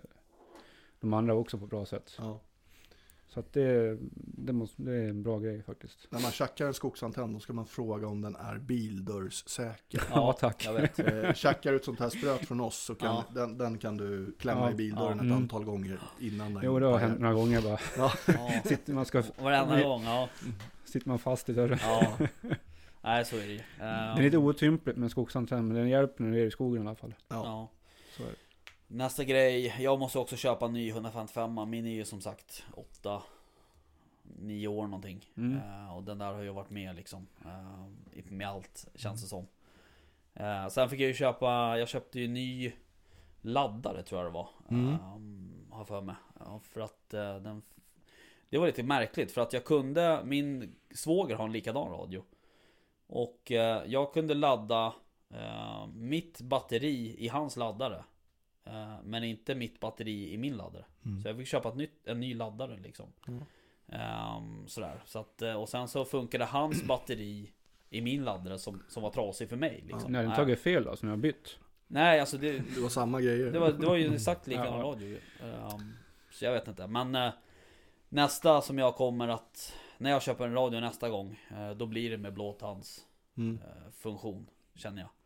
de andra också på ett bra sätt. Ja. Så att det, det, måste, det är en bra grej faktiskt. När man tjackar en skogsantenn då ska man fråga om den är bildörrssäker. Ja, tack. Jag vet. Eh, Tjackar ut sånt här spröt från oss så kan, Ja. den, den kan du klämma Ja. i bildörren Ja. ett Mm. antal gånger innan den Jo, det har pajar. hänt några gånger bara. Ja. Ja. Sitter man, ska, Varenda gång, ja. sitter man fast i dörren. Ja. Nej, så är det ju. Det är lite otympligt med skogsantenn, men den hjälper när det är i skogen i alla fall. Ja. Ja. Så är det. Nästa grej, jag måste också köpa en ny hundrafemtiofem. Min är ju som sagt åtta nio år någonting. Mm. Eh, och den där har ju varit med liksom eh, med allt, känns det som. Eh, sen fick jag ju köpa, jag köpte ju ny laddare tror jag det var. Mm. Eh, har för mig. Ja, för att eh, den, det var lite märkligt för att jag kunde, min svåger har en likadan radio. Och eh, jag kunde ladda eh, mitt batteri i hans laddare. Eh, men inte mitt batteri i min laddare. Mm. Så jag fick köpa ett nytt, en ny laddare liksom. Mm. Um, sådär. Så att, och sen så funkade hans batteri i min laddare som, som var trasig för mig liksom. När den Nej. tagit fel då, som jag har bytt. Nej, alltså det, Det var samma grejer. det, var, det var ju exakt likadan Ja. radio ju. um, Så jag vet inte. Men uh, nästa som jag kommer att, när jag köper en radio nästa gång, uh, då blir det med blåtands Mm. uh, funktion, känner jag.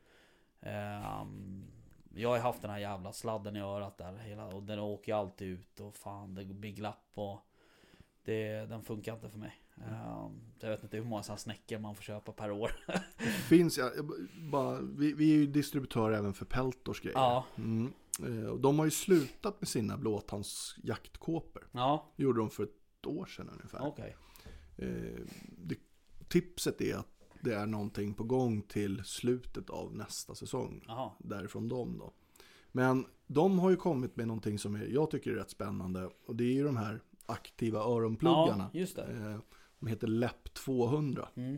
Um, jag har haft den här jävla sladden i örat där hela, och den åker alltid ut och fan det blir glapp och det, den funkar inte för mig. Um, jag vet inte hur många sådana snäckor man får köpa per år. Det finns, ja, jag bara, vi, vi är ju distributör även för Peltors grejer. Ja. Mm. Eh, och de har ju slutat med sina blåtands jaktkåpor. Ja, Det gjorde de för ett år sedan ungefär. okej. Eh, det, tipset är att det är någonting på gång till slutet av nästa säsong. Jaha. Därifrån dem då. Men de har ju kommit med någonting som är, jag tycker är rätt spännande. Och det är ju de här aktiva öronpluggarna. Ja, just det. Eh, de heter L E P tvåhundra. Mm.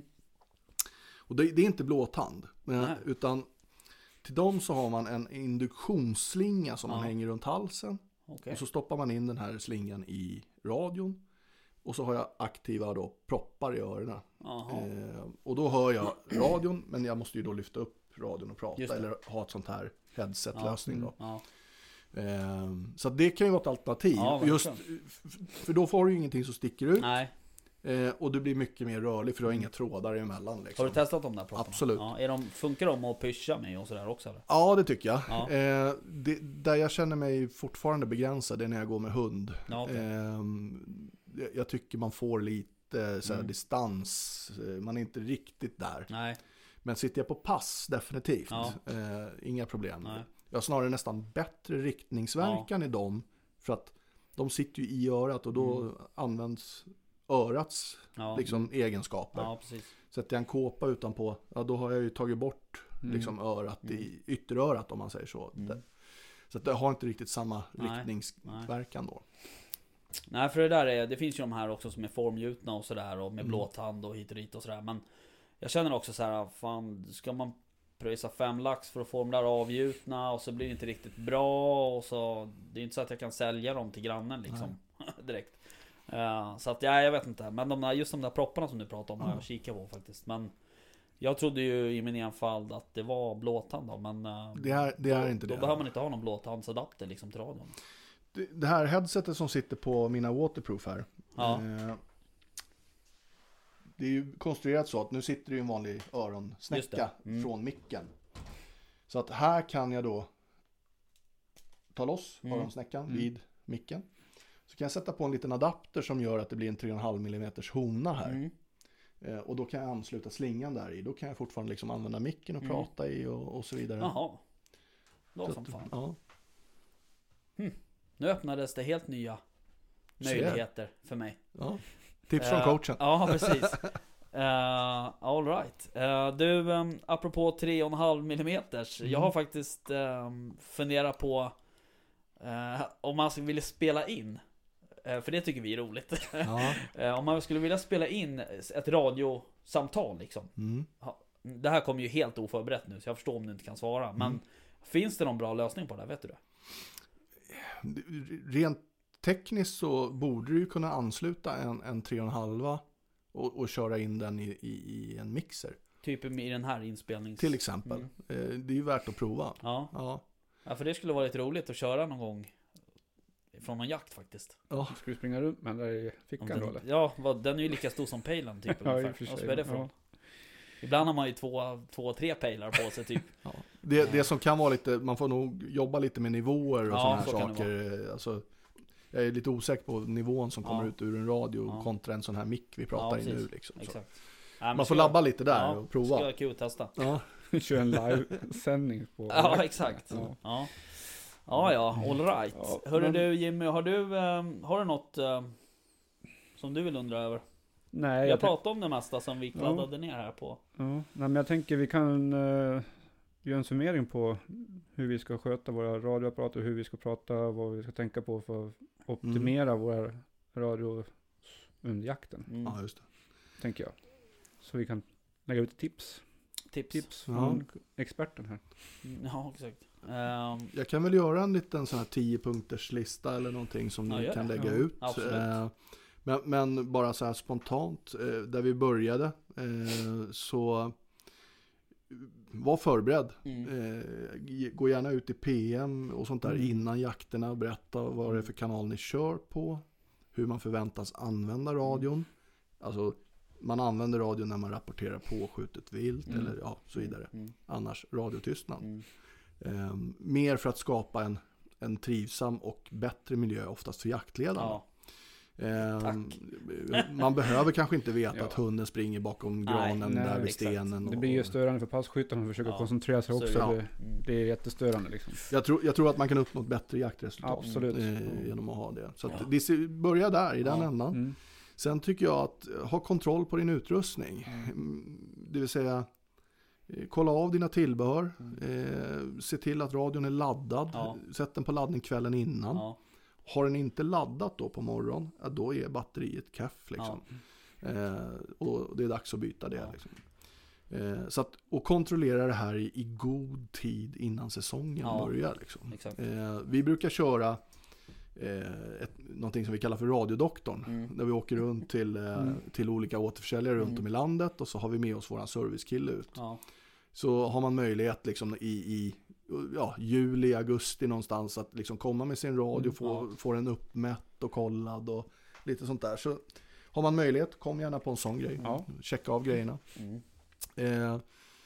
Och det, det är inte blåtand. Men, Nej. utan till dem så har man en induktionsslinga som Ja. man hänger runt halsen. Okej. Och så stoppar man in den här slingan i radion. Och så har jag aktiva då proppar i öronen. Jaha. Eh, och då hör jag radion, men jag måste ju då lyfta upp radion och prata. Just det. Eller ha ett sånt här headset-lösning då. Ja. Eh, så att det kan ju vara ett alternativ. Ja, verkligen. Just, f- för då får du ju ingenting som sticker ut. Nej. Eh, och du blir mycket mer rörlig för du har inga trådar emellan. Liksom. Har du testat de där propparna? Absolut. Ja, är de, funkar de att pyscha med och sådär också eller? Ja, det tycker jag. Ja. Eh, det, där jag känner mig fortfarande begränsad är när jag går med hund. Ja, okej. eh, jag, jag tycker man får lite så här, Mm. distans. Eh, Man är inte riktigt där. Nej. Men sitter jag på pass, definitivt. Ja. Eh, inga problem. Nej. Jag har snarare nästan bättre riktningsverkan i dem. För att de sitter ju i örat och då Mm. används örats Ja. liksom, egenskaper. Ja, precis. Sätter jag en kåpa utanpå, ja, då har jag ju tagit bort Mm. liksom, örat Mm. i ytterörat om man säger så. Mm. Det, så att det har inte riktigt samma Nej. riktningsverkan då. Nej, för det där är, det finns ju de här också som är formgjutna och sådär och med Mm. blåtand och hit och dit och sådär. Men jag känner också så här, fan, ska man pröjsa fem lax för att få dem där avgjutna och så blir det inte riktigt bra och så, det är inte så att jag kan sälja dem till grannen liksom direkt. Uh, så att ja, jag vet inte. Men de där, just de där propparna som du pratar om har Mm. jag kikat på faktiskt. Men jag trodde ju i min enfald att det var blåtand då, men uh, Det är, det är då, inte då det. behöver man inte ha någon blåtandsadapter liksom till radion. Det, det här headsetet som sitter på mina waterproof här. Ja. Eh, det är ju konstruerat så att nu sitter det ju en vanlig Just öronsnäcka det. Mm. från micken. Så att här kan jag då ta loss Mm. öronsnäckan Mm. vid micken. Så kan jag sätta på en liten adapter som gör att det blir en tre komma fem millimeter hona här. Mm. Eh, och då kan jag ansluta slingan där i. Då kan jag fortfarande liksom använda micken och Mm. prata i och, och så vidare. Jaha. Då Så som att, fan. ja. Nu öppnades det helt nya möjligheter för mig. Ja. Tips från Eh, coachen. Ja, precis. Uh, all right. Uh, du, um, apropå tre komma fem millimeters. Mm. Jag har faktiskt um, funderat på uh, om man ville spela in För det tycker vi är roligt. Ja. Om man skulle vilja spela in ett radiosamtal liksom. Mm. Det här kommer ju helt oförberett nu, så jag förstår om du inte kan svara. Men mm. finns det någon bra lösning på det här, vet du det? Rent tekniskt så borde du kunna ansluta en, en tre och en halva och, och köra in den i, i, i en mixer. Typ i den här inspelnings... Till exempel. Mm. Det är ju värt att prova. Ja. Ja. Ja, för det skulle vara lite roligt att köra någon gång från någon jakt faktiskt. Ja. Ska du springa runt med den där i fickan då eller? Ja, vad, den är ju lika stor som pejlen typ. Ja, ungefär. Vad spelar det från? Ja. Ibland har man ju två, två tre pejlar på sig typ. Ja. Det, det som kan vara lite, man får nog jobba lite med nivåer och ja, sådana här saker. Alltså, jag är lite osäker på nivån som kommer ja. ut ur en radio ja. kontra en sån här mick vi pratar ja, i nu. Liksom, exakt. Ja, man får labba jag, lite där ja, och prova. Ska jag kul testa. Ja. Kör en live-sändning på. Ja, exakt. Ja, ja, ja, ja all right. Ja, Hörru men... du Jimmy, har du, um, har du något um, som du vill undra över? Nej, jag pratade om det mesta som vi kladdade ja. ner här på. Ja, nej, men jag tänker vi kan uh, göra en summering på hur vi ska sköta våra radioapparater, hur vi ska prata, vad vi ska tänka på för att optimera mm. våra radio under jakten. Mm. Ja, just det. Tänker jag. Så vi kan lägga ut tips. Tips, tips från ja. experten här. Ja, exakt. Um, jag kan väl göra en liten sån här tio punkters lista eller någonting som ja, ni kan lägga ja. ut. Uh, men, men bara så här spontant, uh, där vi började, uh, så var förberedd. Mm. Uh, gå gärna ut i P M och sånt där mm. innan jakterna och berätta vad det är för kanal ni kör på. Hur man förväntas använda radion. Mm. Alltså man använder radion när man rapporterar påskjutet vilt mm. eller ja, så vidare. Mm. Annars radiotystnad. Mm. Eh, mer för att skapa en, en trivsam och bättre miljö oftast för jaktledarna. Ja. Eh, man behöver kanske inte veta ja. att hunden springer bakom granen nej, där vid exakt. stenen. Och, det blir ju störande för passkyttarna att försöka ja. koncentrera sig också. Ja. Det, det är jättestörande liksom. Jag tror, jag tror att man kan uppnå ett bättre jaktresultat Absolut. Eh, genom att ha det. Så att ja. det börjar där i den ja. ändan. Mm. Sen tycker jag att ha kontroll på din utrustning. Mm. Det vill säga kolla av dina tillbehör. Mm. Eh, se till att radion är laddad. Ja. Sätt den på laddning kvällen innan. Ja. Har den inte laddat då på morgon, ja, då är batteriet kaff liksom. Ja. Eh, och det är dags att byta det. Ja. Liksom. Eh, så att, och kontrollera det här i, i god tid innan säsongen ja. börjar. Liksom. Eh, vi brukar köra ett, någonting som vi kallar för radiodoktorn. Mm. Där vi åker runt till, mm. till olika återförsäljare runt mm. om i landet och så har vi med oss våran servicekille ut. Ja. Så har man möjlighet liksom i, i ja, juli, augusti någonstans att liksom komma med sin radio, mm. få, ja. få den uppmätt och kollad och lite sånt där. Så har man möjlighet, kom gärna på en sån grej. Ja. Checka av grejerna. Mm. Eh,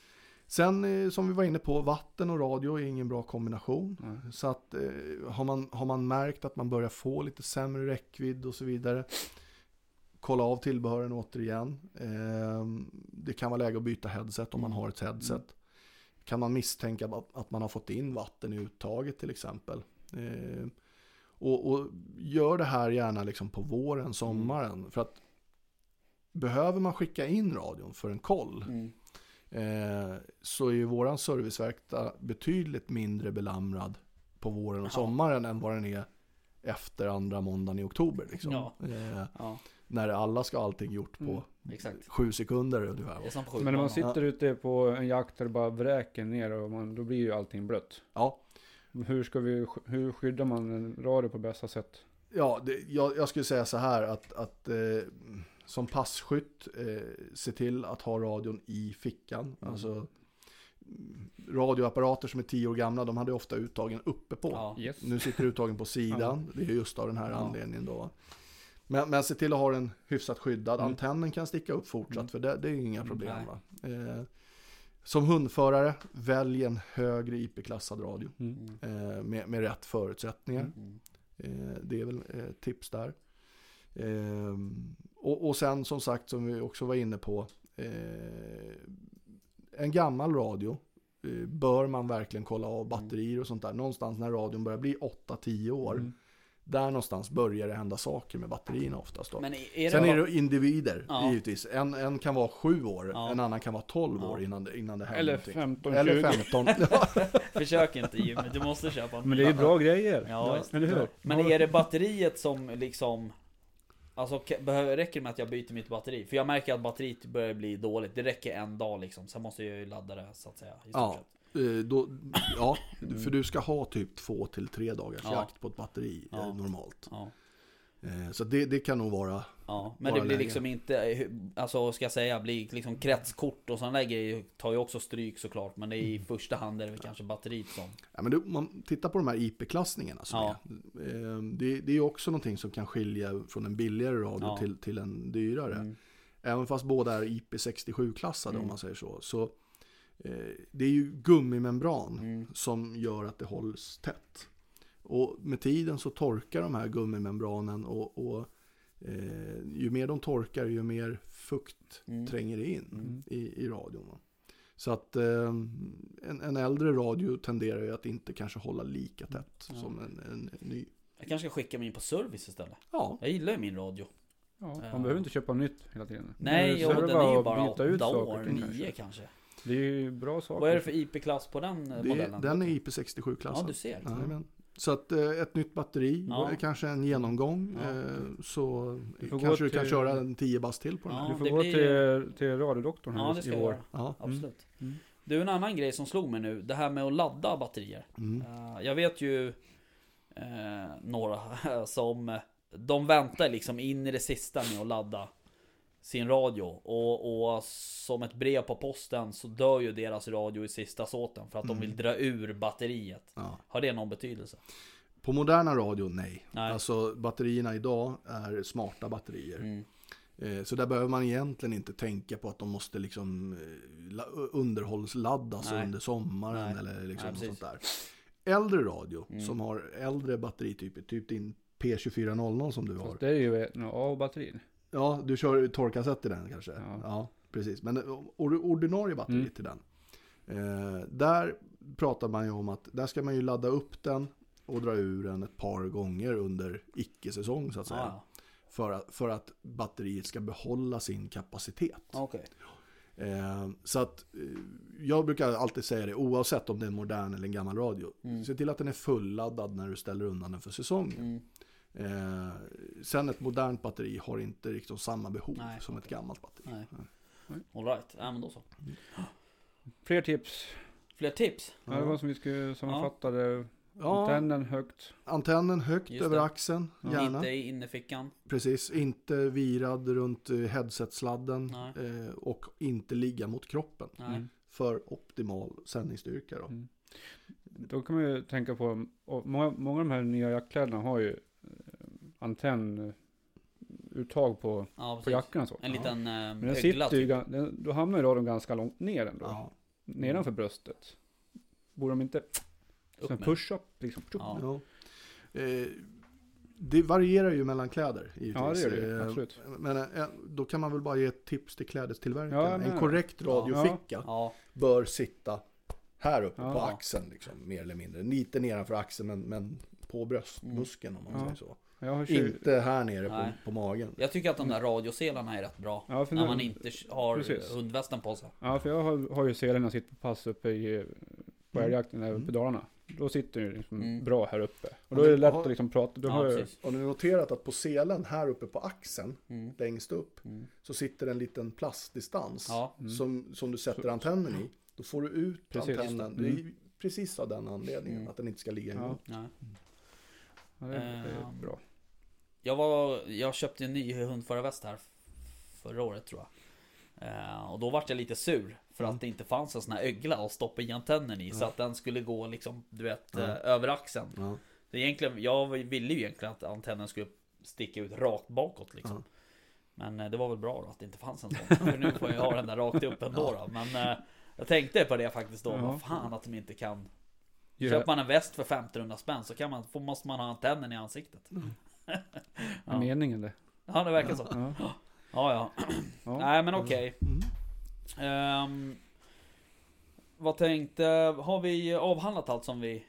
Sen som vi var inne på, vatten och radio är ingen bra kombination. Mm. Så att eh, har, man, har man märkt att man börjar få lite sämre räckvidd och så vidare, kolla av tillbehören återigen. Eh, det kan vara läge att byta headset om man har ett headset. Mm. Kan man misstänka att, att man har fått in vatten i uttaget till exempel. Eh, och, och gör det här gärna liksom på våren, sommaren. Mm. För att behöver man skicka in radion för en koll, mm. Eh, så är ju våran serviceverkstad betydligt mindre belamrad på våren och ja. sommaren än vad den är efter andra måndagen i oktober liksom. Ja. Eh, ja. När alla ska ha allting gjort på mm. sju sekunder ungefär. Men när man sitter ja. ute på en jakt där det bara vräker ner och man, då blir ju allting blött. Ja. Hur ska vi, hur skyddar man en radio på bästa sätt? Ja, det, jag, jag skulle säga så här att, att eh, som passkytt, eh, se till att ha radion i fickan. Mm. Alltså, radioapparater som är tio år gamla, de hade ofta uttagen uppe på. Ja. Yes. Nu sitter uttagen på sidan. Ja. Det är just av den här ja. anledningen då. Men, men se till att ha den hyfsat skyddad. Mm. Antennen kan sticka upp fortsatt, mm. för det, det är inga problem. Va? Eh, som hundförare, välj en högre I P-klassad radio. Mm. Eh, med, med rätt förutsättningar. Mm. Eh, det är väl eh, tips där. Eh, och, och sen som sagt, som vi också var inne på, eh, en gammal radio eh, bör man verkligen kolla av batterier och sånt där. Någonstans när radion börjar bli åtta till tio år, mm. där någonstans börjar det hända saker med batterierna oftast då. Men är det Sen bara... är det individer, ja. givetvis. En, en kan vara sju år, ja. en annan kan vara tolv ja. år innan det, innan det händer Eller någonting. femton, Eller tjugo. femton. Försök inte Jimmy, du måste köpa en. Men det är ju bra grejer. Ja, Ja, eller hur? Men är det batteriet som liksom... Alltså behöver, räcker det med att jag byter mitt batteri? För jag märker att batteriet börjar bli dåligt. Det räcker en dag liksom. Sen måste jag ju ladda det så att säga. I Ja, eh, då, ja för du ska ha typ två till tre dagars ja. jakt på ett batteri ja. eh, normalt. Ja. Eh, så det, det kan nog vara... Ja, men vara det blir läge. liksom inte... Alltså ska jag säga, blir liksom kretskort och sådana grejer tar ju också stryk såklart. Men det är i första hand är det väl kanske batteriet som... Ja, men du, man tittar på de här I P-klassningarna som Ja. är. Eh, det, det är ju också någonting som kan skilja från en billigare radio Ja. till, till en dyrare. Mm. Även fast båda är I P sextiosju-klassade Mm. om man säger så. Så eh, det är ju gummimembran Mm. som gör att det hålls tätt. Och med tiden så torkar de här gummimembranen och, och eh, ju mer de torkar ju mer fukt Mm. tränger in Mm. i, i radion. Va? Så att eh, en, en äldre radio tenderar ju att inte kanske hålla lika tätt Ja. som en, en, en ny. Jag kanske ska skicka mig in på service istället. Ja, Jag gillar ju min radio. Ja, man Ja. behöver inte köpa nytt hela tiden. Nej, Det jo, den serva är ju och bara byta ut åtta saker år, och ting nio kanske. kanske. Det är ju bra saker. Vad är det för I P-klass på den eh, det, modellen? den är I P sextiosju-klassen. Ja, du ser. Jajamän. Så att eh, ett nytt batteri, Ja. kanske en genomgång, Ja. eh, så Du får kanske gå du kan till- köra en tio bass till på den Ja. här. Du får det gå blir- till, till radiodoktorn här Ja, det ska i jag år. göra. Ja. Absolut. Mm. Du, en annan grej som slog mig nu. Det här med att ladda batterier. Mm. Eh, jag vet ju eh, några som... eh, De väntar liksom in i det sista med att ladda sin radio. Och, och som ett brev på posten så dör ju deras radio i sista såten. För att de Mm. vill dra ur batteriet. Ja. Har det någon betydelse? På moderna radio, nej. Nej. Alltså batterierna idag är smarta batterier. Mm. Eh, Så där behöver man egentligen inte tänka på att de måste liksom eh, la- underhållsladdas Nej. under sommaren Nej. eller liksom Nej, något precis. sånt där. Äldre radio Mm. som har äldre batterityper, typ din P tjugofyra hundra som du har. Fast det är ju en A-batterin. Ja, du kör torrkassett i den kanske. Ja. Ja, precis. Men or- ordinarie batteri Mm. till den. Eh, där pratar man ju om att där ska man ju ladda upp den och dra ur den ett par gånger under icke-säsong så att säga. Ah, För att, för att batteriet ska behålla sin kapacitet. ja. Okej. Eh, så att eh, jag brukar alltid säga det oavsett om det är en modern eller en gammal radio. Mm. Se till att den är fulladdad när du ställer undan den för säsongen. Mm. Eh, sen ett modernt batteri har inte riktigt samma behov Nej, som okej. ett gammalt batteri. Nej. Nej. All right. Ja, men då så. Fler tips. Fler tips? Ja, det var som vi skulle sammanfatta det. Ja, Antennen högt. antennen högt Just över det. axeln, gärna. Inte i innerfickan. Precis, inte virad runt eh, headsetsladden Nej. eh, och inte ligga mot kroppen. Nej. Mm. För optimal sändningsstyrka då. Mm. Då kan man ju tänka på, och många, många av de här nya jackkläderna har ju eh, antennuttag på, Ja, på precis. jackorna och så. En liten eh, Men den ögla sitter ju, typ. gan- den, då hamnar ju radion ganska långt ner ändå. Ja. Nedanför bröstet. Borde de inte, Upp som en med. push-up liksom. Ja. Ja. Eh, det varierar ju mellan kläder givetvis. Ja, det gör det, Eh, absolut. Men eh, då kan man väl bara ge ett tips till klädestillverkaren. Ja, men- en korrekt radioficka Ja. bör sitta här uppe Ja. på axeln liksom, mer eller mindre. Lite nedanför axeln men, men på bröstmuskeln om man Ja. säger så. Jag har tjugo Inte här nere på, Nej. på magen. Jag tycker att de där radioselarna är rätt bra. Ja, för När nu- man inte har Precis. hundvästen på sig. Ja, för jag har, har ju selen och sitter på pass uppe i, på Mm. älgjakten där Mm. uppe i Dalarna. Då sitter den ju liksom Mm. bra här uppe. Och Ja, då är det men lätt har- att liksom prata. Då Ja, har jag, precis. Har ni noterat att på selen här uppe på axeln, Mm. längst upp, Mm. så sitter en liten plastdistans Ja. Mm. som, som du sätter Så- antennen i. Då får du ut Precis. antennen. Mm. Det är precis av den anledningen, Mm. att den inte ska ligga Ja. emot. Nej. ja, det, det är Ehm. bra. Jag, var, jag köpte en ny hundförarväst här förra året tror jag. Eh, och då var jag lite sur för Mm. att det inte fanns en sån här ögla att stoppa i antennen i. Så Ja. att den skulle gå liksom, du vet, Ja. eh, över axeln. Ja. Det är egentligen, jag ville ju egentligen att antennen skulle sticka ut rakt bakåt liksom. Ja. Men eh, det var väl bra då att det inte fanns en sån. För nu får jag ha den där rakt upp ändå då. Men eh, jag tänkte på det faktiskt då. Ja. Vad fan att de inte kan. Ja. Köper man en väst för femtonhundra spänn så kan man, får, måste man ha antennen i ansiktet. Ja. Meningen det. Ja, det verkar så. Ja. Ja, ja. Ja. Nej, men okej. Mm. Ehm, vad tänkte, har vi avhandlat allt som vi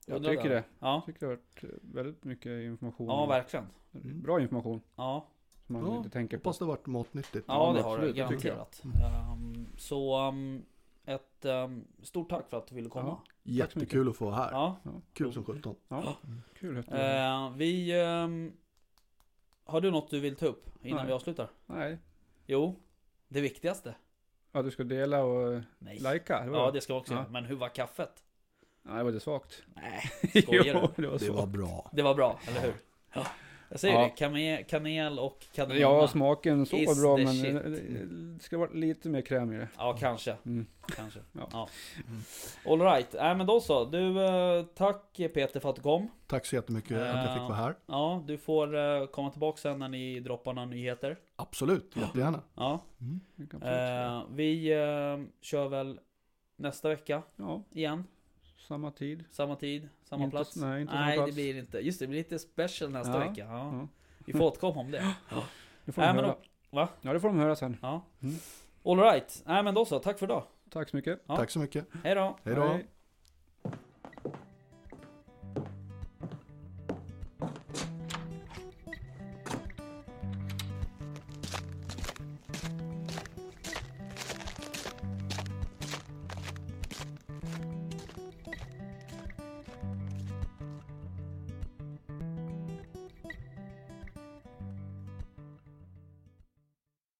Jag Undrar tycker där. det. Ja. Jag tycker det har varit väldigt mycket information. Ja, verkligen. Mm. Bra information. Ja, Som man Ja, inte tänker på. hoppas det varit matnyttigt. ja det men har det absolut, det tycker jag. garanterat. Mm. Um, så um, ett um, stort tack för att du ville komma. Ja. Jättekul att få vara här. Ja. Kul som sjutton. Ja, kul att du var här. Eh, vi... Um, har du något du vill ta upp innan Nej. vi avslutar? Nej. Jo, det viktigaste. Ja, du ska dela och Nej. likea? eller vad? Ja, det ska jag också Ja. göra. Men hur var kaffet? Nej, det var det svagt. Nej, skojar Jo, du? det var Det svagt. var bra. Det var bra, eller hur? Ja. Jag säger Ja. det, kanel, kanel och kardemumma. Ja, smaken så Is bra, the men shit. det- det ska vara lite mer kräm i det. Ja, kanske. Mm. kanske. Ja. Ja. All right. Äh, men då så. Du, eh, tack Peter för att du kom. Tack så jättemycket att jag fick vara här. Ja, du får eh, komma tillbaka sen när ni droppar några nyheter. Absolut, jättegärna. Ja. Mm. Det kan absolut vara. Eh, vi eh, kör väl nästa vecka Ja, igen. samma tid. Samma tid, samma Inte- plats. nej, inte samma nej plats. det blir inte. Just det, det blir lite special nästa Ja. vecka. Ja. Ja. Vi får återkomma om det. Det får de Nej, men höra. då, va? Ja, det får de höra sen. Ja. Mm. All right. Nej, men då så. Tack för idag. Tack så mycket. Ja. Tack så mycket. Hej då. Hej då. Hej.